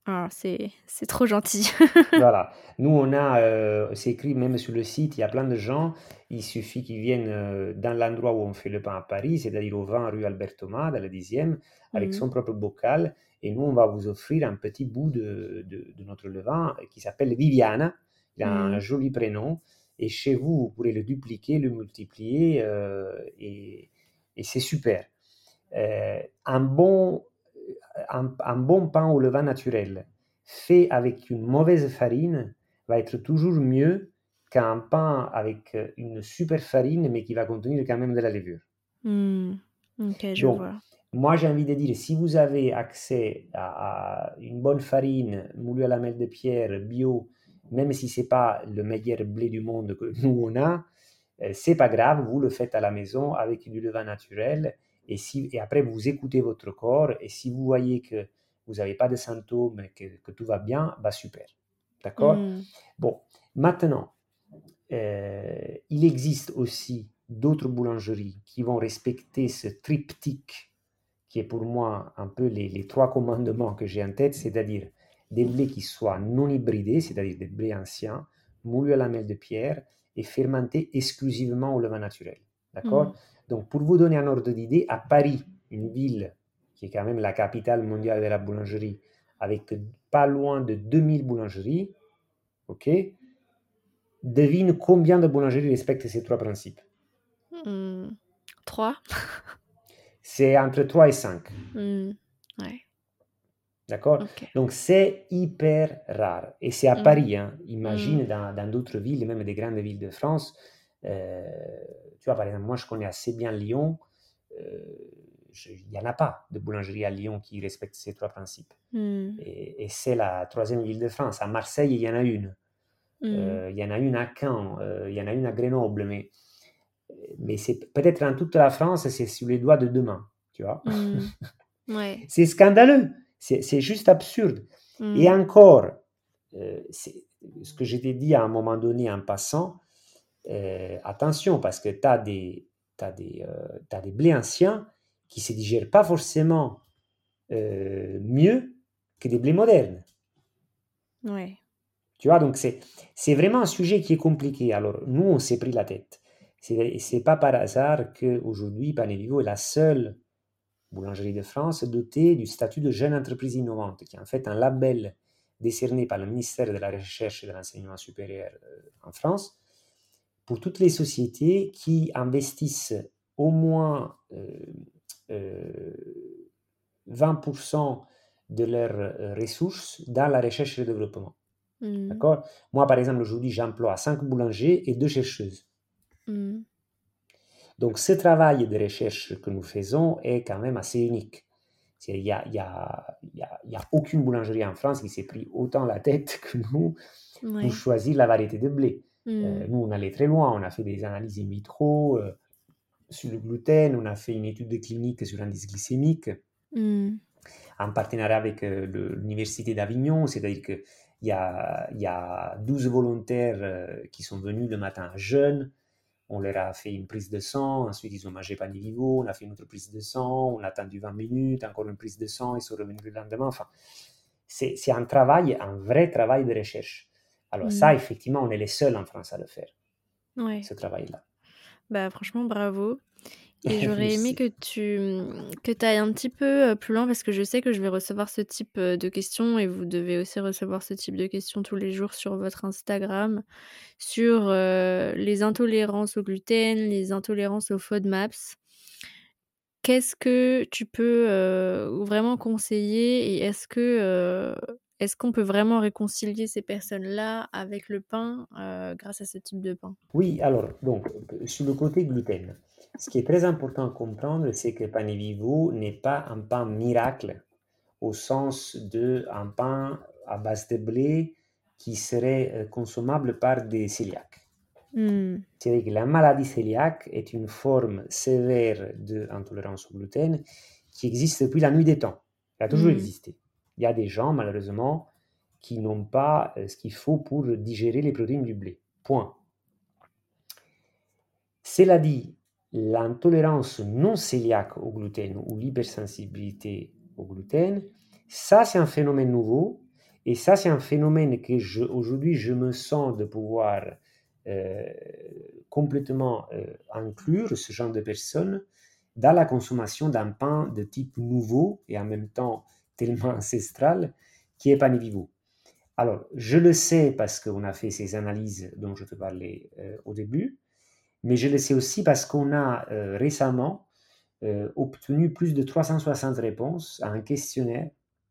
Ah, c'est c'est trop gentil. Voilà. Nous, on a, euh, c'est écrit même sur le site, il y a plein de gens, il suffit qu'ils viennent euh, dans l'endroit où on fait le pain à Paris, c'est-à-dire au vingt rue Albert Thomas, dans le dixième, avec Mmh. son propre bocal, et nous, on va vous offrir un petit bout de, de- de notre levain qui s'appelle Viviana, il a un Mmh. joli prénom, et chez vous, vous pourrez le dupliquer, le multiplier, euh, et, et c'est super. Euh, un bon, un, un bon pain au levain naturel fait avec une mauvaise farine va être toujours mieux qu'un pain avec une super farine mais qui va contenir quand même de la levure. Mmh. OK, je Donc, vois. moi j'ai envie de dire, si vous avez accès à, à une bonne farine moulue à la mêle de pierre bio, même si c'est pas le meilleur blé du monde que nous on a, euh, c'est pas grave, vous le faites à la maison avec du levain naturel et, si, et après vous écoutez votre corps et si vous voyez que vous n'avez pas de symptômes, que, que tout va bien, bah super. D'accord? Mmh. Bon, maintenant, euh, il existe aussi d'autres boulangeries qui vont respecter ce triptyque qui est pour moi un peu les, les trois commandements que j'ai en tête, c'est-à-dire des blés qui soient non hybridés, c'est-à-dire des blés anciens, moulus à la mêle de pierre et fermentés exclusivement au levain naturel. Mmh. D'accord? Donc, pour vous donner un ordre d'idée, à Paris, une ville qui est quand même la capitale mondiale de la boulangerie, avec pas loin de deux mille boulangeries, ok? Devine combien de boulangeries respectent ces trois principes? Mmh. trois? C'est entre trois et cinq. Mmh. Ouais, D'accord? OK. Donc c'est hyper rare. Et c'est à Mmh. Paris, hein. Mmh. Imagine dans, dans d'autres villes, même des grandes villes de France. euh, Tu vois, par exemple, moi je connais assez bien Lyon. euh, je- Il n'y en a pas de boulangerie à Lyon qui respecte ces trois principes. Mmh. Et, et c'est la troisième ville de France. À Marseille, il y en a une. Mmh. Euh, il y en a une à Caen. Euh, il y en a une à Grenoble. Mais, mais c'est peut-être dans toute la France, c'est sur les doigts de deux mains. Tu vois? Mmh. Ouais. C'est scandaleux, c'est c'est juste absurde. Et Mmh. encore, euh, c'est ce que je t'ai dit à un moment donné en passant, euh, attention parce que tu as des, t'as des, euh, t'as des blés anciens qui ne se digèrent pas forcément euh, mieux que des blés modernes. Ouais. Tu vois, donc c'est, c'est vraiment un sujet qui est compliqué. Alors, nous, on s'est pris la tête. C'est, c'est pas par hasard qu'aujourd'hui, Pane Vivo est la seule boulangerie de France dotée du statut de jeune entreprise innovante, qui est en fait un label décerné par le ministère de la Recherche et de l'Enseignement supérieur euh, en France pour toutes les sociétés qui investissent au moins euh, euh, vingt pour cent de leurs euh, ressources dans la recherche et le développement. Mmh. D'accord? Moi, par exemple, aujourd'hui, j'emploie cinq boulangers et deux chercheuses. Mmh. Donc, ce travail de recherche que nous faisons est quand même assez unique. Il n'y a, il y a, il y a, il y a aucune boulangerie en France qui s'est pris autant la tête que nous pour Ouais. choisir la variété de blé. Euh, Mmh. nous, on allait très loin. On a fait des analyses in vitro euh, sur le gluten. On a fait une étude clinique sur l'indice glycémique Mmh. en partenariat avec euh, le- l'Université d'Avignon. C'est-à-dire qu'il y a, il y a douze volontaires euh, qui sont venus le matin à jeûne. On leur a fait une prise de sang, ensuite ils ont mangé pané vivo, on a fait une autre prise de sang, on a attendu vingt minutes, encore une prise de sang, ils sont revenus le lendemain. Enfin, c'est, c'est un travail, un vrai travail de recherche. Alors ça, Mmh. effectivement, on est les seuls en France à le faire, Ouais. ce travail-là. Bah, franchement, bravo. Et j'aurais aimé Merci. que tu mmh, que tu ailles un petit peu, heu, plus loin parce que je sais que je vais recevoir ce type, heu, de questions et vous devez aussi recevoir ce type de questions tous les jours sur votre Instagram, sur, heu, les intolérances au gluten, les intolérances aux FODMAPs. Qu'est-ce que tu peux, heu, vraiment conseiller et est-ce que, heu, est-ce qu'on peut vraiment réconcilier ces personnes-là avec le pain, heu, grâce à ce type de pain? Oui, alors, donc, sur le côté gluten, ce qui est très important à comprendre, c'est que Pane Vivo n'est pas un pain miracle au sens de un pain à base de blé qui serait euh, consommable par des cœliaques. Mmh. C'est-à-dire que la maladie cœliaque est une forme sévère d'intolérance au gluten qui existe depuis la nuit des temps. Elle a toujours Mmh. existé. Il y a des gens, malheureusement, qui n'ont pas euh, ce qu'il faut pour digérer les protéines du blé. Point. Cela dit, l'intolérance non cœliaque au gluten ou l'hypersensibilité au gluten, ça c'est un phénomène nouveau Et ça, c'est un phénomène que je, aujourd'hui, je me sens de pouvoir euh, complètement euh, inclure ce genre de personnes dans la consommation d'un pain de type nouveau et en même temps tellement ancestral qui est Pane Vivo. Alors, je le sais parce qu'on a fait ces analyses dont je te parlais euh, au début, mais je le sais aussi parce qu'on a euh, récemment euh, obtenu plus de trois cent soixante réponses à un questionnaire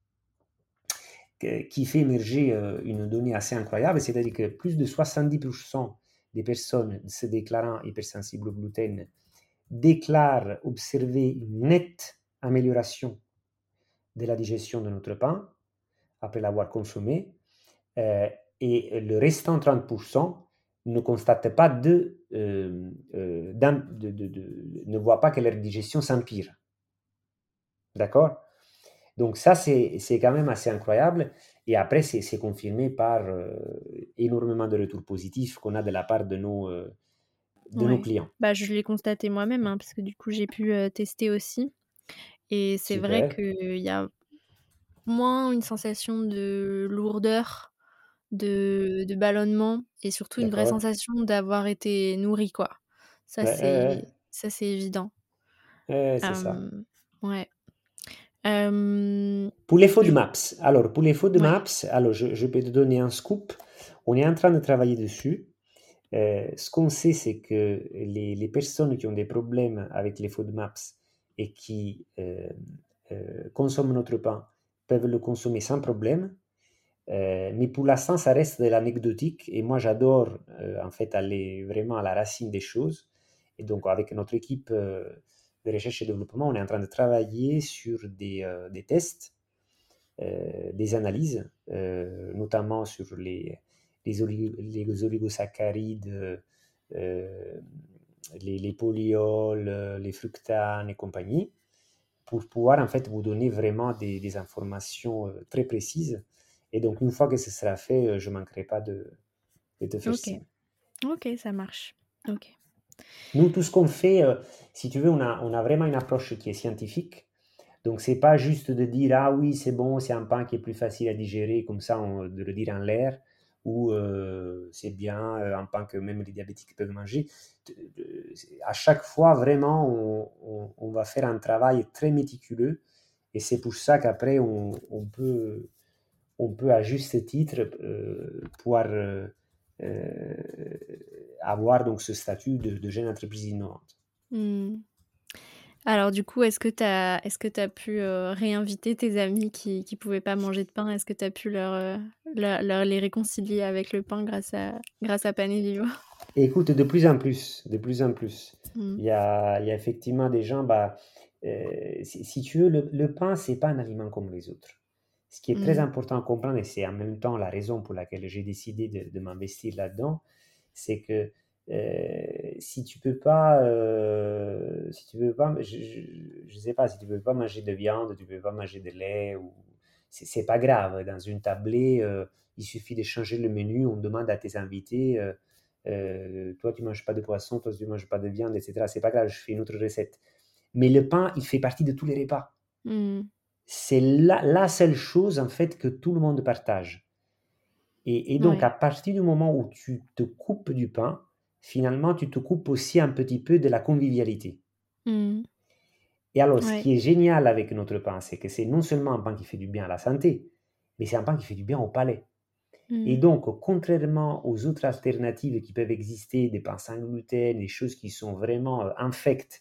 qui fait émerger euh, une donnée assez incroyable, c'est-à-dire que plus de soixante-dix pour cent des personnes se déclarant hypersensibles au gluten déclarent observer une nette amélioration de la digestion de notre pain après l'avoir consommé, euh, et le restant trente pour cent ne constatent pas de, euh, euh, de, de, de, ne voient pas que leur digestion s'empire. D'accord? Donc ça, c'est, c'est quand même assez incroyable. Et après, c'est, c'est confirmé par euh, énormément de retours positifs qu'on a de la part de nos, euh, de nos Ouais. clients. Bah, je l'ai constaté moi-même, hein, parce que du coup, j'ai pu euh, tester aussi. Et c'est vrai Super. qu'il y a moins une sensation de lourdeur, de, de ballonnement, et surtout une vraie D'accord. sensation d'avoir été nourri, quoi. Ça, Ouais, c'est, ouais, ça, c'est évident. ouais, ouais, c'est ça. Euh, ouais. Euh, Pour les je- FODMAPs, alors pour les ouais. FODMAPs, alors je, je peux te donner un scoop. On est en train de travailler dessus. Euh, ce qu'on sait, c'est que les, les personnes qui ont des problèmes avec les FODMAPs et qui euh, euh, consomment notre pain peuvent le consommer sans problème. Euh, mais pour l'instant, ça reste de l'anecdotique et moi, j'adore euh, en fait aller vraiment à la racine des choses. Et donc, avec notre équipe euh, de recherche et développement, on est en train de travailler sur des, euh, des tests, euh, des analyses, euh, notamment sur les, les, oli- les oligosaccharides, euh, les, les polyols, les fructanes et compagnie, pour pouvoir en fait vous donner vraiment des, des informations euh, très précises. Et donc, une fois que ce sera fait, euh, je ne manquerai pas de, de te faire Ok. signe. Ok, ça marche. Ok. Nous, tout ce qu'on fait, euh, si tu veux, on a, on a vraiment une approche qui est scientifique. Donc, c'est pas juste de dire, ah oui, c'est bon, c'est un pain qui est plus facile à digérer, comme ça, on- de le dire en l'air, ou euh, c'est bien, euh, un pain que même les diabétiques peuvent manger. À chaque fois, vraiment, on, on- on va faire un travail très méticuleux, et c'est pour ça qu'après, on, on peut, on peut à juste titre euh, pouvoir euh, euh, avoir donc ce statut de, de jeune entreprise innovante. Hmm. Alors du coup, est-ce que tu as est-ce que tu pu, heu, réinviter tes amis qui qui pouvaient pas manger de pain? Est-ce que tu as pu leur, heu, leur leur les réconcilier avec le pain grâce à grâce à Pane Vivo? Et écoute, de plus en plus, de plus en plus, Mmh. il y a, il y a effectivement des gens, bah, euh, si, si tu veux, le, le pain, c'est pas un aliment comme les autres. Ce qui est très Mmh. important à comprendre, et c'est en même temps la raison pour laquelle j'ai décidé de, de m'investir là-dedans, c'est que euh, si tu peux pas, euh, si tu peux pas, je, je, je sais pas, si tu peux pas manger de viande, tu peux pas manger de lait, ou c'est c'est pas grave. Dans une tablée, euh, il suffit de changer le menu, on demande à tes invités. Euh, euh, toi, tu manges pas de poisson, toi, tu manges pas de viande, et cetera. C'est pas grave, je fais une autre recette. Mais le pain, il fait partie de tous les repas. Mmh. C'est la, la seule chose, en fait, que tout le monde partage. Et, et donc, à Ouais. partir du moment où tu te coupes du pain, finalement, tu te coupes aussi un petit peu de la convivialité. Mmh. Et alors, ce Ouais. qui est génial avec notre pain, c'est que c'est non seulement un pain qui fait du bien à la santé, mais c'est un pain qui fait du bien au palais. Et Mmh. donc, contrairement aux autres alternatives qui peuvent exister, des pains sans gluten, des choses qui sont vraiment euh, infectes,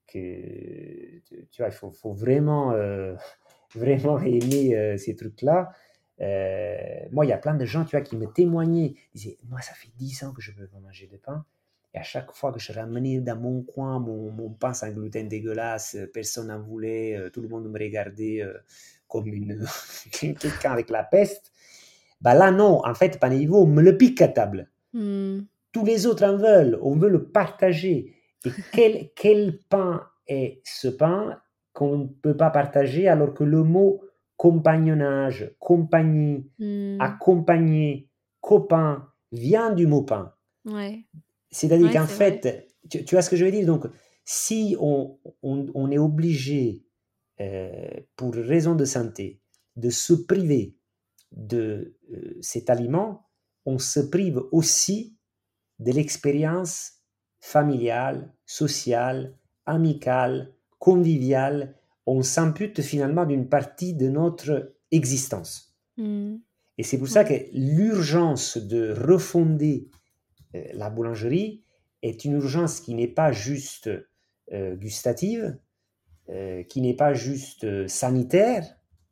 que tu vois, il faut, faut vraiment, euh, vraiment aimer euh, ces trucs-là. Euh, moi, il y a plein de gens, tu vois, qui me témoignaient, ils disaient, moi, ça fait dix ans que je ne peux pas manger de pain. Et à chaque fois que je ramenais dans mon coin mon, mon pain sans gluten dégueulasse, personne n'en voulait, euh, tout le monde me regardait euh, comme une quelqu'un avec la peste. Bah là, non, en fait, Panevivo, on me le pique à table. Mmh. Tous les autres en veulent, on veut le partager. Et quel, quel pain est ce pain qu'on ne peut pas partager alors que le mot compagnonnage, compagnie, Mmh. accompagner, copain vient du mot pain. Ouais. C'est-à-dire Ouais, qu'en c'est vrai. fait, tu, tu vois ce que je veux dire? Donc, si on, on, on est obligé, euh, pour raison de santé, de se priver de euh, cet aliment, on se prive aussi de l'expérience familiale, sociale, amicale, conviviale. On s'ampute finalement d'une partie de notre existence. Mmh. Et c'est pour ça Ouais. que l'urgence de refonder euh, la boulangerie est une urgence qui n'est pas juste euh, gustative, euh, qui n'est pas juste euh, sanitaire,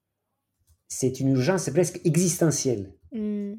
c'est une urgence presque existentielle. Mmh.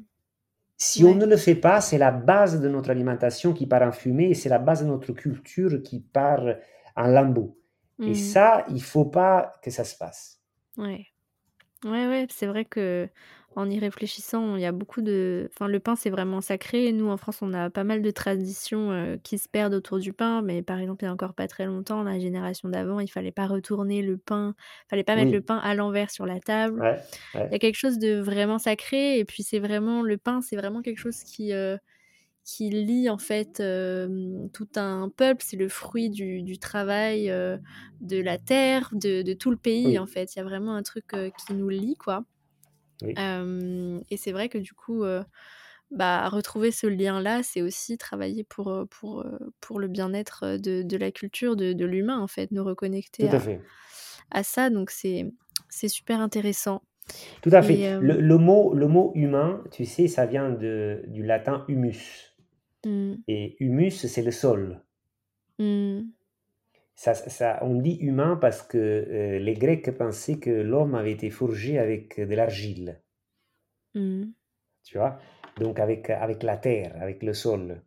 Si on Ouais. ne le fait pas, c'est la base de notre alimentation qui part en fumée et c'est la base de notre culture qui part en lambeaux. Et Mmh. ça, il ne faut pas que ça se passe. Ouais. Ouais, ouais, c'est vrai que en y réfléchissant, il y a beaucoup de enfin, le pain, c'est vraiment sacré. Nous, en France, on a pas mal de traditions, heu, qui se perdent autour du pain, mais par exemple, il y a encore pas très longtemps, la génération d'avant, il fallait pas retourner le pain, fallait pas mettre le Oui, pain à l'envers sur la table. ouais, Il y a ouais, quelque chose de vraiment sacré et puis c'est vraiment le pain, c'est vraiment quelque chose qui, heu, qui lie en fait, hem, tout un peuple. C'est le fruit du du travail, heu, de la terre, de de tout le pays en oui, fait. Il y a vraiment un truc, heu, qui nous lie quoi. oui, Hem et c'est vrai que du coup, heu, bah, retrouver ce lien-là, c'est aussi travailler pour, heu, pour, heu, pour le bien-être, heu, de de la culture, de de l'humain en fait, nous reconnecter tout à à fait. à ça donc c'est c'est super intéressant Tout à fait. et hem Le, le mot, le mot humain, tu sais, ça vient de, du latin humus. mmh, Et humus, c'est le sol. mmh, Ça, ça, on dit humain parce que euh, les Grecs pensaient que l'homme avait été forgé avec de l'argile, mmh, tu vois, donc avec, avec la terre, avec le sol.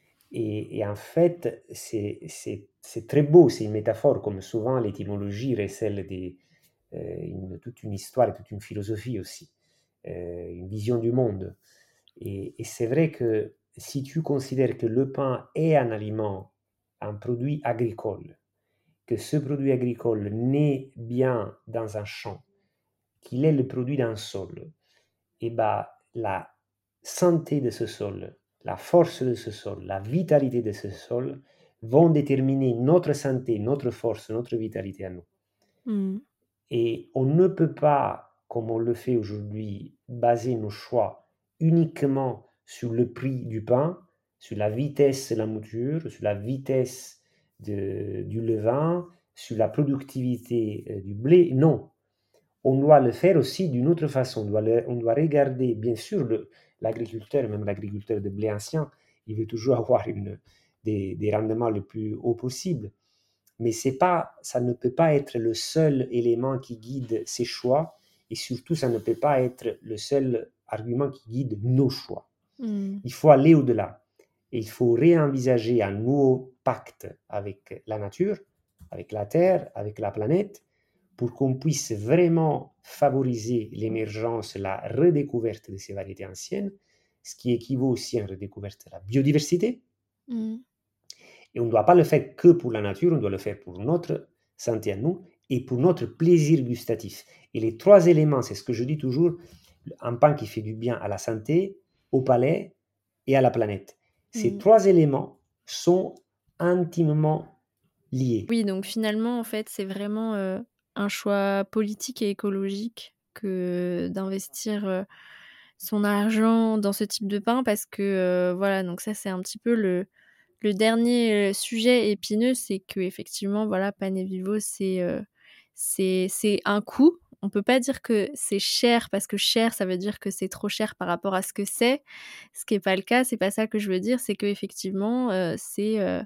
Et, et en fait, c'est c'est- c'est très beau, c'est une métaphore, comme souvent l'étymologie recèle des, euh, une- toute une histoire et toute une philosophie aussi, euh, une vision du monde. Et, et c'est vrai que si tu considères que le pain est un aliment, un produit agricole, que ce produit agricole naît bien dans un champ, qu'il est le produit d'un sol, et bah, la santé de ce sol, la force de ce sol, la vitalité de ce sol vont déterminer notre santé, notre force, notre vitalité à nous. mmh, Et on ne peut pas, comme on le fait aujourd'hui, baser nos choix uniquement sur le prix du pain, sur la vitesse de la mouture, sur la vitesse de- du levain, sur la productivité euh, du blé. Non, on doit le faire aussi d'une autre façon. On doit, le- on doit regarder, bien sûr, le- l'agriculteur, même l'agriculteur de blé ancien, il veut toujours avoir une, des, des rendements le plus haut possible. Mais c'est pas, ça ne peut pas être le seul élément qui guide ses choix et surtout, ça ne peut pas être le seul argument qui guide nos choix. mmh, Il faut aller au-delà et il faut réenvisager un nouveau pacte avec la nature, avec la Terre, avec la planète, pour qu'on puisse vraiment favoriser l'émergence, la redécouverte de ces variétés anciennes, ce qui équivaut aussi à une redécouverte de la biodiversité. mmh. Et on ne doit pas le faire que pour la nature, on doit le faire pour notre santé à nous et pour notre plaisir gustatif. Et les trois éléments, c'est ce que je dis toujours, un pain qui fait du bien à la santé, au palais et à la planète. Ces Mmh. trois éléments sont intimement liés. Oui, donc finalement, en fait, c'est vraiment, heu, un choix politique et écologique que d'investir, heu, son argent dans ce type de pain parce que, heu, voilà, donc ça, c'est un petit peu le le dernier, heu, sujet épineux, c'est qu'effectivement, voilà, Pané Vivo, c'est, heu, c'est c'est un coût. On peut pas dire que c'est cher parce que cher, ça veut dire que c'est trop cher par rapport à ce que c'est. Ce qui est pas le cas, c'est pas ça que je veux dire, c'est qu'effectivement, heu, c'est, heu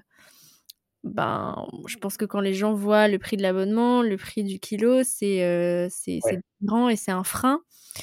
ben, je pense que quand les gens voient le prix de l'abonnement, le prix du kilo, c'est, heu, c'est c'est Ouais. grand et c'est un frein.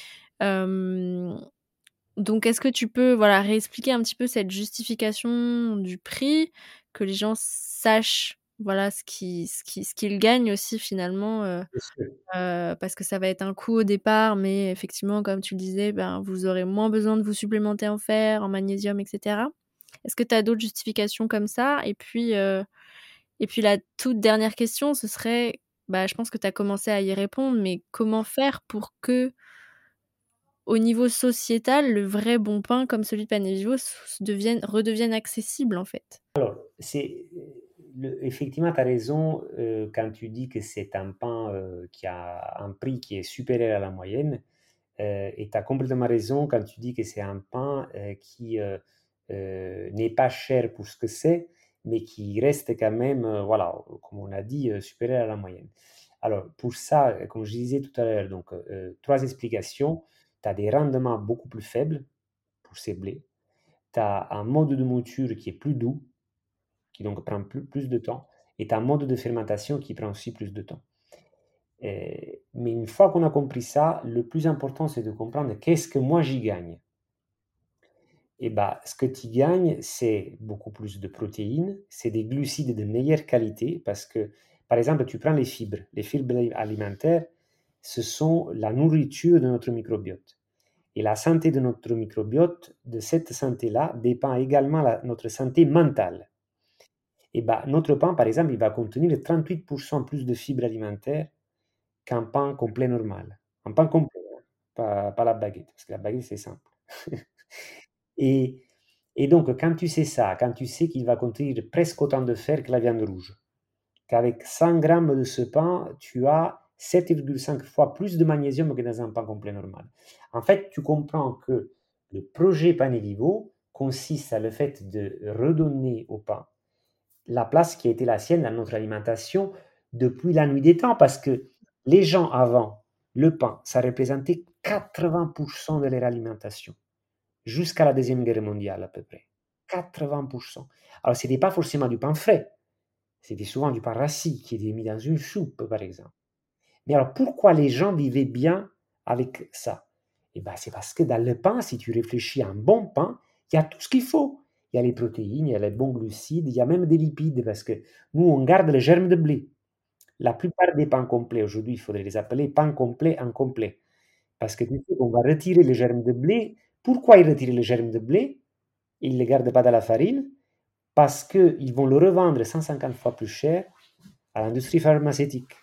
Hem, donc est-ce que tu peux, voilà, réexpliquer un petit peu cette justification du prix? Que les gens sachent, voilà, ce qui ce qui ce qu'ils gagnent aussi finalement, heu heu, parce que ça va être un coût au départ, mais effectivement, comme tu le disais, ben, vous aurez moins besoin de vous supplémenter en fer, en magnésium et cetera. Est-ce que tu as d'autres justifications comme ça? Et puis, heu et puis la toute dernière question, ce serait, bah, je pense que tu as commencé à y répondre, mais comment faire pour que, au niveau sociétal, le vrai bon pain comme celui de Panévivos s devienne redevienne accessible, en fait? Alors, c'est, le- effectivement, tu as raison euh, quand tu dis que c'est un pain euh, qui a un prix qui est supérieur à la moyenne. Euh, et tu as complètement raison quand tu dis que c'est un pain euh, qui euh, euh, n'est pas cher pour ce que c'est, mais qui reste quand même, euh, voilà, comme on a dit, euh, supérieur à la moyenne. Alors, pour ça, euh, comme je disais tout à l'heure, donc, euh, trois explications. Tu as des rendements beaucoup plus faibles pour ces blés. Tu as un mode de mouture qui est plus doux, qui donc prend plus, plus de temps. Et tu as un mode de fermentation qui prend aussi plus de temps. Et- mais une fois qu'on a compris ça, le plus important, c'est de comprendre qu'est-ce que moi j'y gagne. Et bah, ce que tu gagnes, c'est beaucoup plus de protéines, c'est des glucides de meilleure qualité parce que, par exemple, tu prends les fibres. Les fibres alimentaires, ce sont la nourriture de notre microbiote. Et la santé de notre microbiote, de cette santé-là, dépend également de notre santé mentale. Et bah, notre pain, par exemple, il va contenir trente-huit pour cent plus de fibres alimentaires qu'un pain complet normal. Un pain complet, hein, pas, pas la baguette, parce que la baguette, c'est simple. Et, et donc, quand tu sais ça, quand tu sais qu'il va contenir presque autant de fer que la viande rouge, qu'avec cent grammes de ce pain, tu as sept virgule cinq fois plus de magnésium que dans un pain complet normal. En fait, tu comprends que le projet Pane Vivo consiste à le fait de redonner au pain la place qui a été la sienne dans notre alimentation depuis la nuit des temps, parce que les gens avant, le pain, ça représentait quatre-vingts pour cent de leur alimentation, jusqu'à la Deuxième Guerre mondiale à peu près. quatre-vingts pour cent. Alors, ce n'était pas forcément du pain frais, c'était souvent du pain rassis qui était mis dans une soupe, par exemple. Mais alors, pourquoi les gens vivaient bien avec ça? Eh ben, c'est parce que dans le pain, si tu réfléchis à un bon pain, il y a tout ce qu'il faut. Il y a les protéines, il y a les bons glucides, il y a même des lipides, parce que nous, on garde les germes de blé. La plupart des pains complets, aujourd'hui, il faudrait les appeler pains complets incomplets. Parce que tu sais qu'on va retirer les germes de blé. Pourquoi ils retirent les germes de blé? Ils ne les gardent pas dans la farine, parce qu'ils vont le revendre cent cinquante fois plus cher à l'industrie pharmaceutique.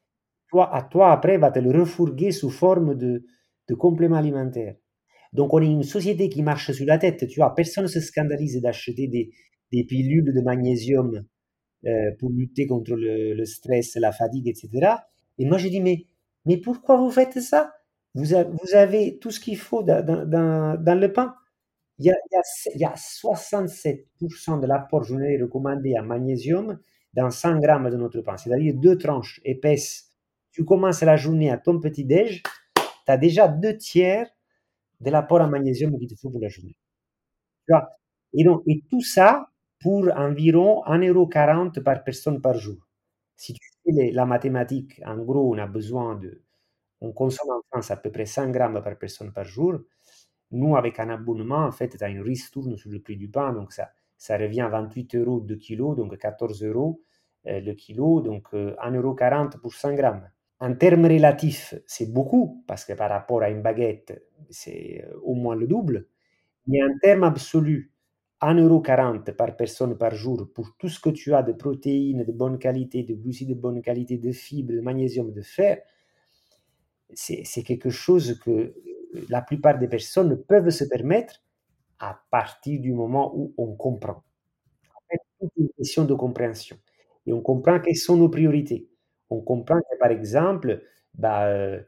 Toi, à toi, après, va te le refourguer sous forme de, de complément alimentaire. Donc, on est une société qui marche sur la tête. Tu vois, personne ne se scandalise d'acheter des, des pilules de magnésium euh, pour lutter contre le, le stress, la fatigue, et cetera. Et moi, je dis, mais, mais pourquoi vous faites ça? Vous, a- vous avez tout ce qu'il faut dans, dans- dans- dans le pain. Il y a, il y a, il y a soixante-sept pour cent de l'apport journalier recommandé en magnésium dans cent grammes de notre pain, c'est-à-dire deux tranches épaisses. Tu commences la journée à ton petit-déj, tu as déjà deux tiers de l'apport en magnésium qu'il te faut pour la journée. Tu vois? Et, donc, et tout ça pour environ un euro quarante par personne par jour. Si tu fais les- la mathématique, en gros, on a besoin de, on consomme en France à peu près cent grammes par personne par jour. Nous, avec un abonnement, en fait, tu as une ristourne sur le prix du pain, donc ça, ça revient à vingt-huit euros de kilo, donc quatorze euros euh, le kilo, donc euh, un euro quarante pour cent grammes. En termes relatifs, c'est beaucoup, parce que par rapport à une baguette, c'est euh, au moins le double. Mais en termes absolus, un euro quarante par personne par jour pour tout ce que tu as de protéines de bonne qualité, de glucides de bonne qualité, de fibres, de magnésium, de fer, c'est c'est quelque chose que la plupart des personnes peuvent se permettre à partir du moment où on comprend. En fait, toute une question de compréhension. Et on comprend quelles sont nos priorités. On comprend que, par exemple, bah, euh,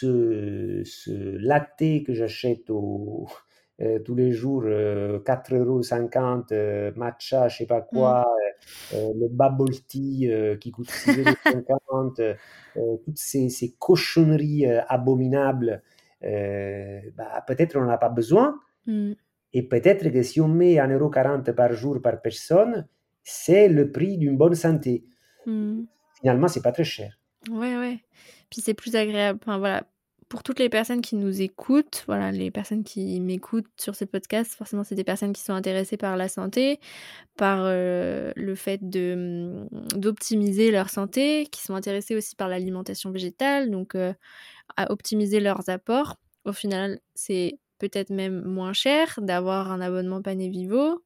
ce, ce latte que j'achète au, euh, tous les jours, euh, quatre euros cinquante, euh, matcha, je sais pas Mm. quoi, euh, euh, le bubble tea euh, qui coûte six euros cinquante, euh, toutes ces, ces cochonneries euh, abominables, euh, bah, peut-être on n'en a pas besoin. Mm. Et peut-être que si on met un euro quarante par jour par personne, c'est le prix d'une bonne santé. Mm. Finalement, c'est pas très cher. Ouais, ouais. Puis c'est plus agréable. Enfin, voilà. Pour toutes les personnes qui nous écoutent, voilà, les personnes qui m'écoutent sur ce podcast, forcément, c'est des personnes qui sont intéressées par la santé, par euh, le fait de mm, d'optimiser leur santé, qui sont intéressées aussi par l'alimentation végétale, donc euh, à optimiser leurs apports. Au final, c'est peut-être même moins cher d'avoir un abonnement Pané Vivo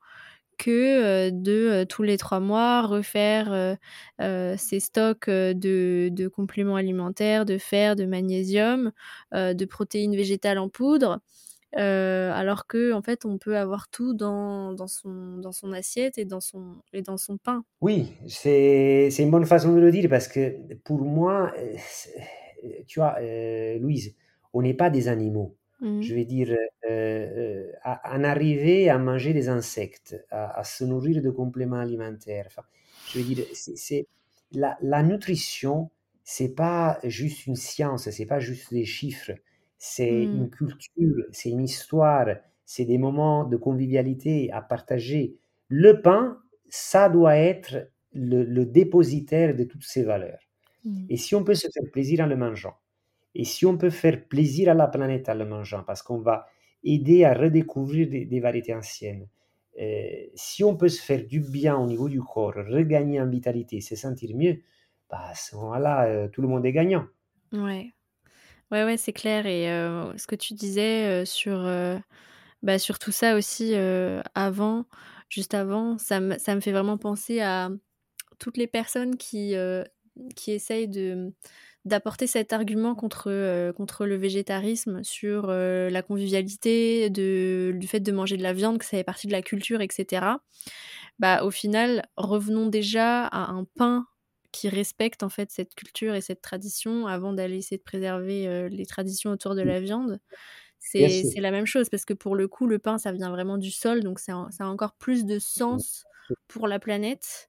que euh, de euh, tous les trois mois refaire euh, euh, ses stocks euh, de, de compléments alimentaires, de fer, de magnésium, euh, de protéines végétales en poudre. Euh, alors que en fait on peut avoir tout dans, dans, son, dans son assiette et dans son, et dans son pain. Oui, c'est c'est une bonne façon de le dire parce que pour moi, euh, c'est- tu vois, euh, Louise, on n'est pas des animaux. Mmh. Je veux dire, euh, euh, à- en arriver à manger des insectes, à, à se nourrir de compléments alimentaires. Enfin, je veux dire, c'est, c'est- la, la nutrition, c'est pas juste une science, c'est pas juste des chiffres, c'est Mmh. une culture, c'est une histoire, c'est des moments de convivialité à partager. Le pain, ça doit être le, le dépositaire de toutes ces valeurs. Mmh. Et si on peut se faire plaisir en le mangeant, et si on peut faire plaisir à la planète en le mangeant, parce qu'on va aider à redécouvrir des, des variétés anciennes, euh, si on peut se faire du bien au niveau du corps, regagner en vitalité, se sentir mieux, bah à ce moment-là, euh, tout le monde est gagnant. Ouais. Ouais, ouais, c'est clair et heu, ce que tu disais, heu, sur, heu, bah, sur tout ça aussi, heu, avant, juste avant, ça me ça me fait vraiment penser à toutes les personnes qui, heu, qui essayent de d'apporter cet argument contre, heu, contre le végétarisme sur, heu, la convivialité, de du fait de manger de la viande, que ça fait partie de la culture et cetera. Bah, au final, revenons déjà à un pain qui respecte, en fait, cette culture et cette tradition avant d'aller essayer de préserver, heu, les traditions autour de la viande. Bien C'est sûr. c'est la même chose parce que pour le coup, le pain, ça vient vraiment du sol, donc ça a ça a encore plus de sens pour la planète.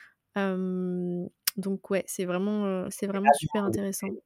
Hem, donc ouais, c'est vraiment, heu, c'est vraiment La super viande, intéressant.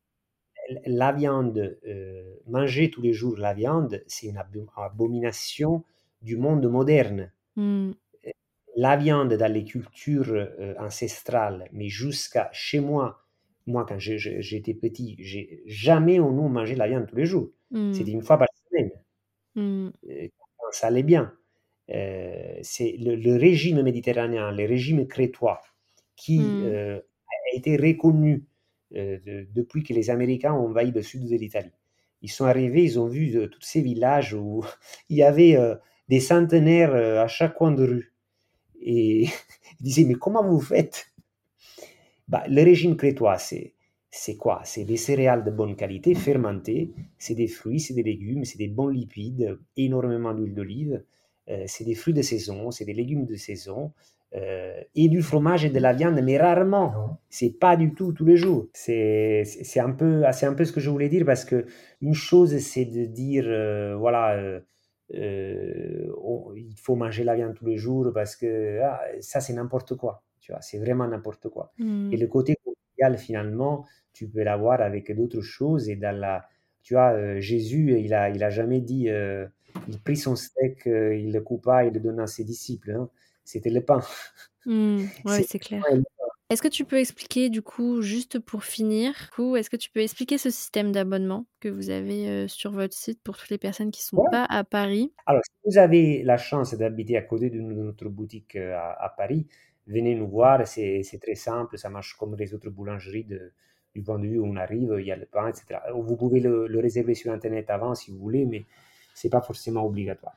la viande, euh, manger tous les jours la viande, c'est une abo- abomination du monde moderne. Mmh. La viande dans les cultures euh, ancestrales, mais jusqu'à chez moi, moi quand je- je- j'étais petit, j'ai jamais on nous mangeait la viande tous les jours. Mmh. C'était une fois par semaine, Mmh. euh, quand ça allait bien. Euh, c'est le, le régime méditerranéen, le régime crétois, qui Mmh. euh, a été reconnu euh, de- depuis que les Américains ont envahi le sud de l'Italie. Ils sont arrivés, ils ont vu euh, tous ces villages où il y avait euh, des centenaires euh, à chaque coin de rue. Et il disait, mais comment vous faites? Bah, le régime crétois, c'est, c'est quoi? C'est des céréales de bonne qualité, fermentées, c'est des fruits, c'est des légumes, c'est des bons lipides, énormément d'huile d'olive, euh, c'est des fruits de saison, c'est des légumes de saison, euh, et du fromage et de la viande, mais rarement. C'est pas du tout tous les jours. C'est, c'est c'est un peu, c'est un peu ce que je voulais dire parce que une chose, c'est de dire, euh, voilà, euh, euh, on- il faut manger la viande tous les jours parce que ah, ça, c'est n'importe quoi. Tu vois, c'est vraiment n'importe quoi. Et Mmh. le côté convivial, finalement, tu peux l'avoir avec d'autres choses. Et dans la, tu vois, euh, Jésus, il a, il a jamais dit, euh, il prit son steak, euh, il le coupa, il le donna à ses disciples, hein. C'était le pain. Mmh. Ouais, C'est c'est clair. Est-ce que tu peux expliquer du coup, juste pour finir, du coup, est-ce que tu peux expliquer ce système d'abonnement que vous avez, heu, sur votre site pour toutes les personnes qui sont ouais. pas à Paris? Alors, si vous avez la chance d'habiter à côté de notre boutique euh, à, à Paris, venez nous voir. C'est c'est très simple, ça marche comme les autres boulangeries de- du point de vue où on arrive, il y a le pain, et cetera. Vous pouvez le, le réserver sur Internet avant si vous voulez, mais c'est pas forcément obligatoire.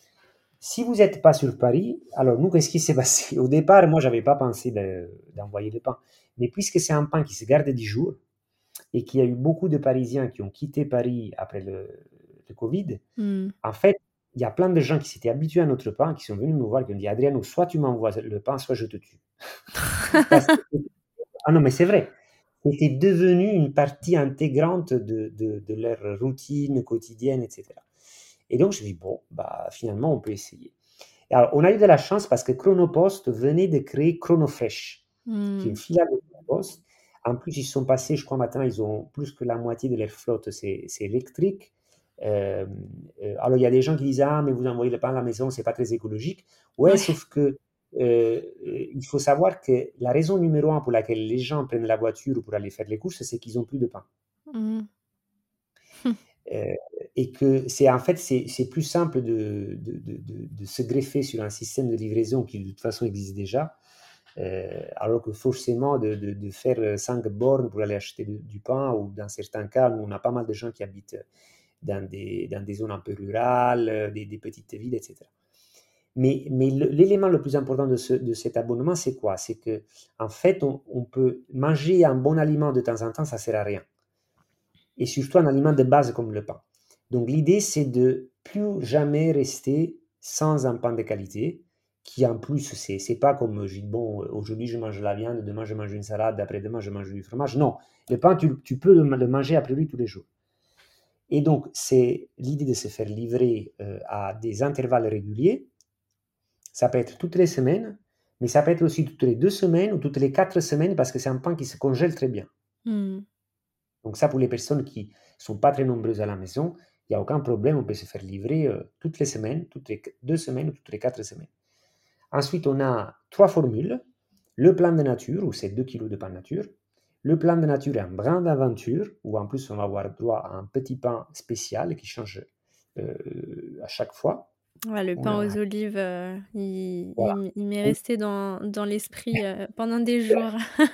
Si vous n'êtes pas sur Paris, alors nous, qu'est-ce qui s'est passé? Au départ, moi, j'avais pas pensé de- d'envoyer le pain. Mais puisque c'est un pain qui se garde dix jours et qu'il y a eu beaucoup de Parisiens qui ont quitté Paris après le, le Covid, Mmh. en fait, il y a plein de gens qui s'étaient habitués à notre pain, qui sont venus me voir, qui ont dit, Adriano, soit tu m'envoies le pain, soit je te tue. Parce que- ah non, mais c'est vrai. C'était devenu une partie intégrante de, de, de leur routine quotidienne, et cetera. Et donc, je me dis, bon, bah, finalement, on peut essayer. Et alors, on a eu de la chance parce que Chronopost venait de créer Chronofresh, qui est une Mmh. filiale de Chronopost. En plus, ils sont passés, je crois maintenant, ils ont plus que la moitié de leur flotte, c'est c'est électrique. Euh, euh, alors, il y a des gens qui disent, ah, mais vous envoyez le pain à la maison, c'est pas très écologique. Ouais, Ouais. sauf que euh, euh, il faut savoir que la raison numéro un pour laquelle les gens prennent la voiture pour aller faire les courses, c'est qu'ils ont plus de pain. Mmh. Euh, et que c'est en fait c'est c'est plus simple de, de, de, de- de se greffer sur un système de livraison qui de toute façon existe déjà, euh, alors que forcément de, de, de faire cinq bornes pour aller acheter du, du pain, ou dans certains cas, nous, on a pas mal de gens qui habitent dans des, dans des zones un peu rurales, euh, des, des petites villes, et cetera. Mais, mais le- l'élément le plus important de, ce, de cet abonnement, c'est quoi? C'est que en fait, on, on peut manger un bon aliment de temps en temps, ça sert à rien, et surtout un aliment de base comme le pain. Donc l'idée, c'est de plus jamais rester sans un pain de qualité, qui en plus, c'est, c'est pas comme je dis, bon, aujourd'hui je mange la viande, demain je mange une salade, après-demain je mange du fromage. Non, le pain, tu, tu peux le, le manger a priori tous les jours. Et donc, c'est l'idée de se faire livrer euh, à des intervalles réguliers. Ça peut être toutes les semaines, mais ça peut être aussi toutes les deux semaines ou toutes les quatre semaines parce que c'est un pain qui se congèle très bien. Mm. Donc ça, pour les personnes qui ne sont pas très nombreuses à la maison, il n'y a aucun problème, on peut se faire livrer euh, toutes les semaines, toutes les deux semaines ou toutes les quatre semaines. Ensuite, on a trois formules. Le plan de nature, où c'est deux kilos de pain nature. Le plan de nature est un brin d'aventure, où en plus on va avoir droit à un petit pain spécial qui change euh, à chaque fois. Ouais, le On pain a, aux olives, euh, il, voilà. il, il m'est resté dans, dans l'esprit euh, pendant des jours.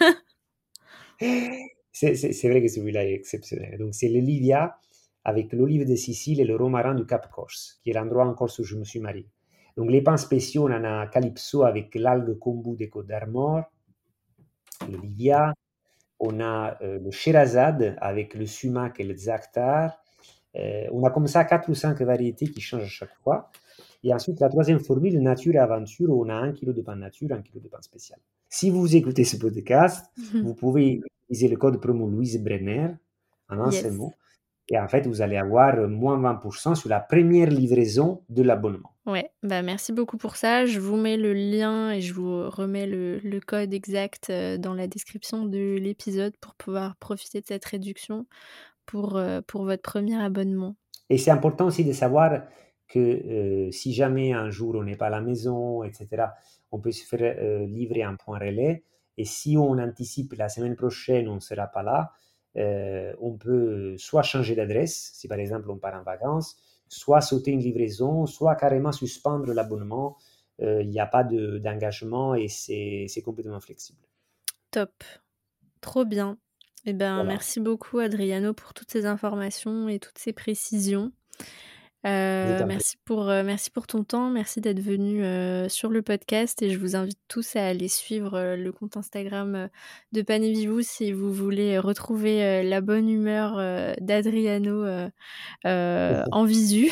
C'est, c'est- c'est vrai que celui-là est exceptionnel. Donc c'est l'Olivia avec l'olive de Sicile et le romarin du Cap Corse, qui est l'endroit en Corse où je me suis marié. Donc les pains spéciaux, on en a Calypso avec l'algue kombu des Côtes d'Armor, l'Olivia. On a euh, le Sherazade avec le sumac et le za'atar. Euh, on a comme ça quatre ou cinq variétés qui changent à chaque fois. Et ensuite, la troisième formule, nature et aventure, où on a un kilo de pain nature, un kilo de pain spécial. Si vous écoutez ce podcast, vous pouvez utiliser le code promo Louise Brenner, en un seul Yes. mot, et en fait, vous allez avoir moins vingt pour cent sur la première livraison de l'abonnement. Ouais, bah merci beaucoup pour ça. Je vous mets le lien et je vous remets le, le code exact euh, dans la description de l'épisode pour pouvoir profiter de cette réduction pour, euh, pour votre premier abonnement. Et c'est important aussi de savoir que euh, si jamais un jour on n'est pas à la maison, et cetera, on peut se faire euh, livrer un point relais. Et si on anticipe la semaine prochaine, on ne sera pas là, euh, on peut soit changer d'adresse, si par exemple on part en vacances, soit sauter une livraison, soit carrément suspendre l'abonnement. Il n'y a pas de, d'engagement et c'est, c'est complètement flexible. Top, trop bien. Eh ben, Voilà. merci beaucoup Adriano pour toutes ces informations et toutes ces précisions. Je Euh, t'en prie. merci pour, euh, merci pour ton temps, merci d'être venu euh, sur le podcast et je vous invite tous à aller suivre euh, le compte Instagram euh, de Pane et Vivou si vous voulez retrouver euh, la bonne humeur euh, d'Adriano euh, euh, en visu.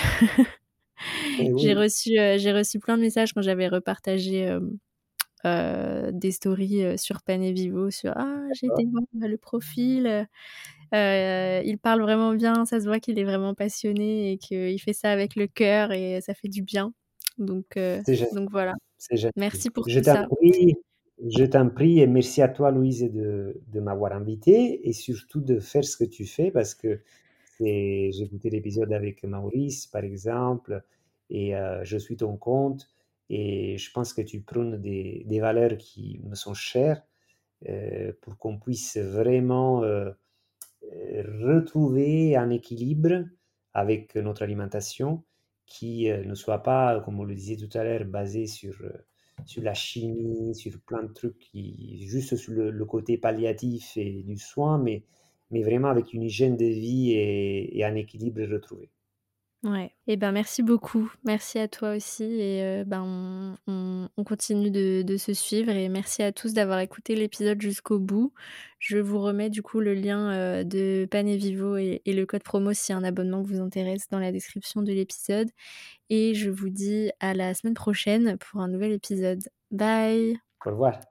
Et J'ai oui, reçu, euh, j'ai reçu plein de messages quand j'avais repartagé euh, euh, des stories euh, sur Pane et Vivo sur ah j'ai été voir le profil. euh, euh, il parle vraiment bien, ça se voit qu'il est vraiment passionné et qu'il fait ça avec le cœur et ça fait du bien. Donc, euh, c'est génial. donc voilà. C'est gentil. Merci pour Je tout t'en ça. prie, je t'en prie et merci à toi, Louise, de, de m'avoir invité et surtout de faire ce que tu fais parce que c'est, j'ai écouté l'épisode avec Maurice, par exemple, et euh, je suis ton compte et je pense que tu prônes des, des valeurs qui me sont chères euh, pour qu'on puisse vraiment euh, euh, retrouver un équilibre avec notre alimentation qui euh, ne soit pas, comme on le disait tout à l'heure, basé sur, euh, sur la chimie, sur plein de trucs qui, juste sur le, le côté palliatif et du soin, mais, mais vraiment avec une hygiène de vie et, et un équilibre retrouvé. Ouais. Et ben merci beaucoup. Merci à toi aussi. Et euh, ben on, on- on continue de, de se suivre. Et merci à tous d'avoir écouté l'épisode jusqu'au bout. Je vous remets du coup le lien euh, de Pane et Vivo et, et le code promo si un abonnement vous intéresse dans la description de l'épisode. Et je vous dis à la semaine prochaine pour un nouvel épisode. Bye! Au revoir.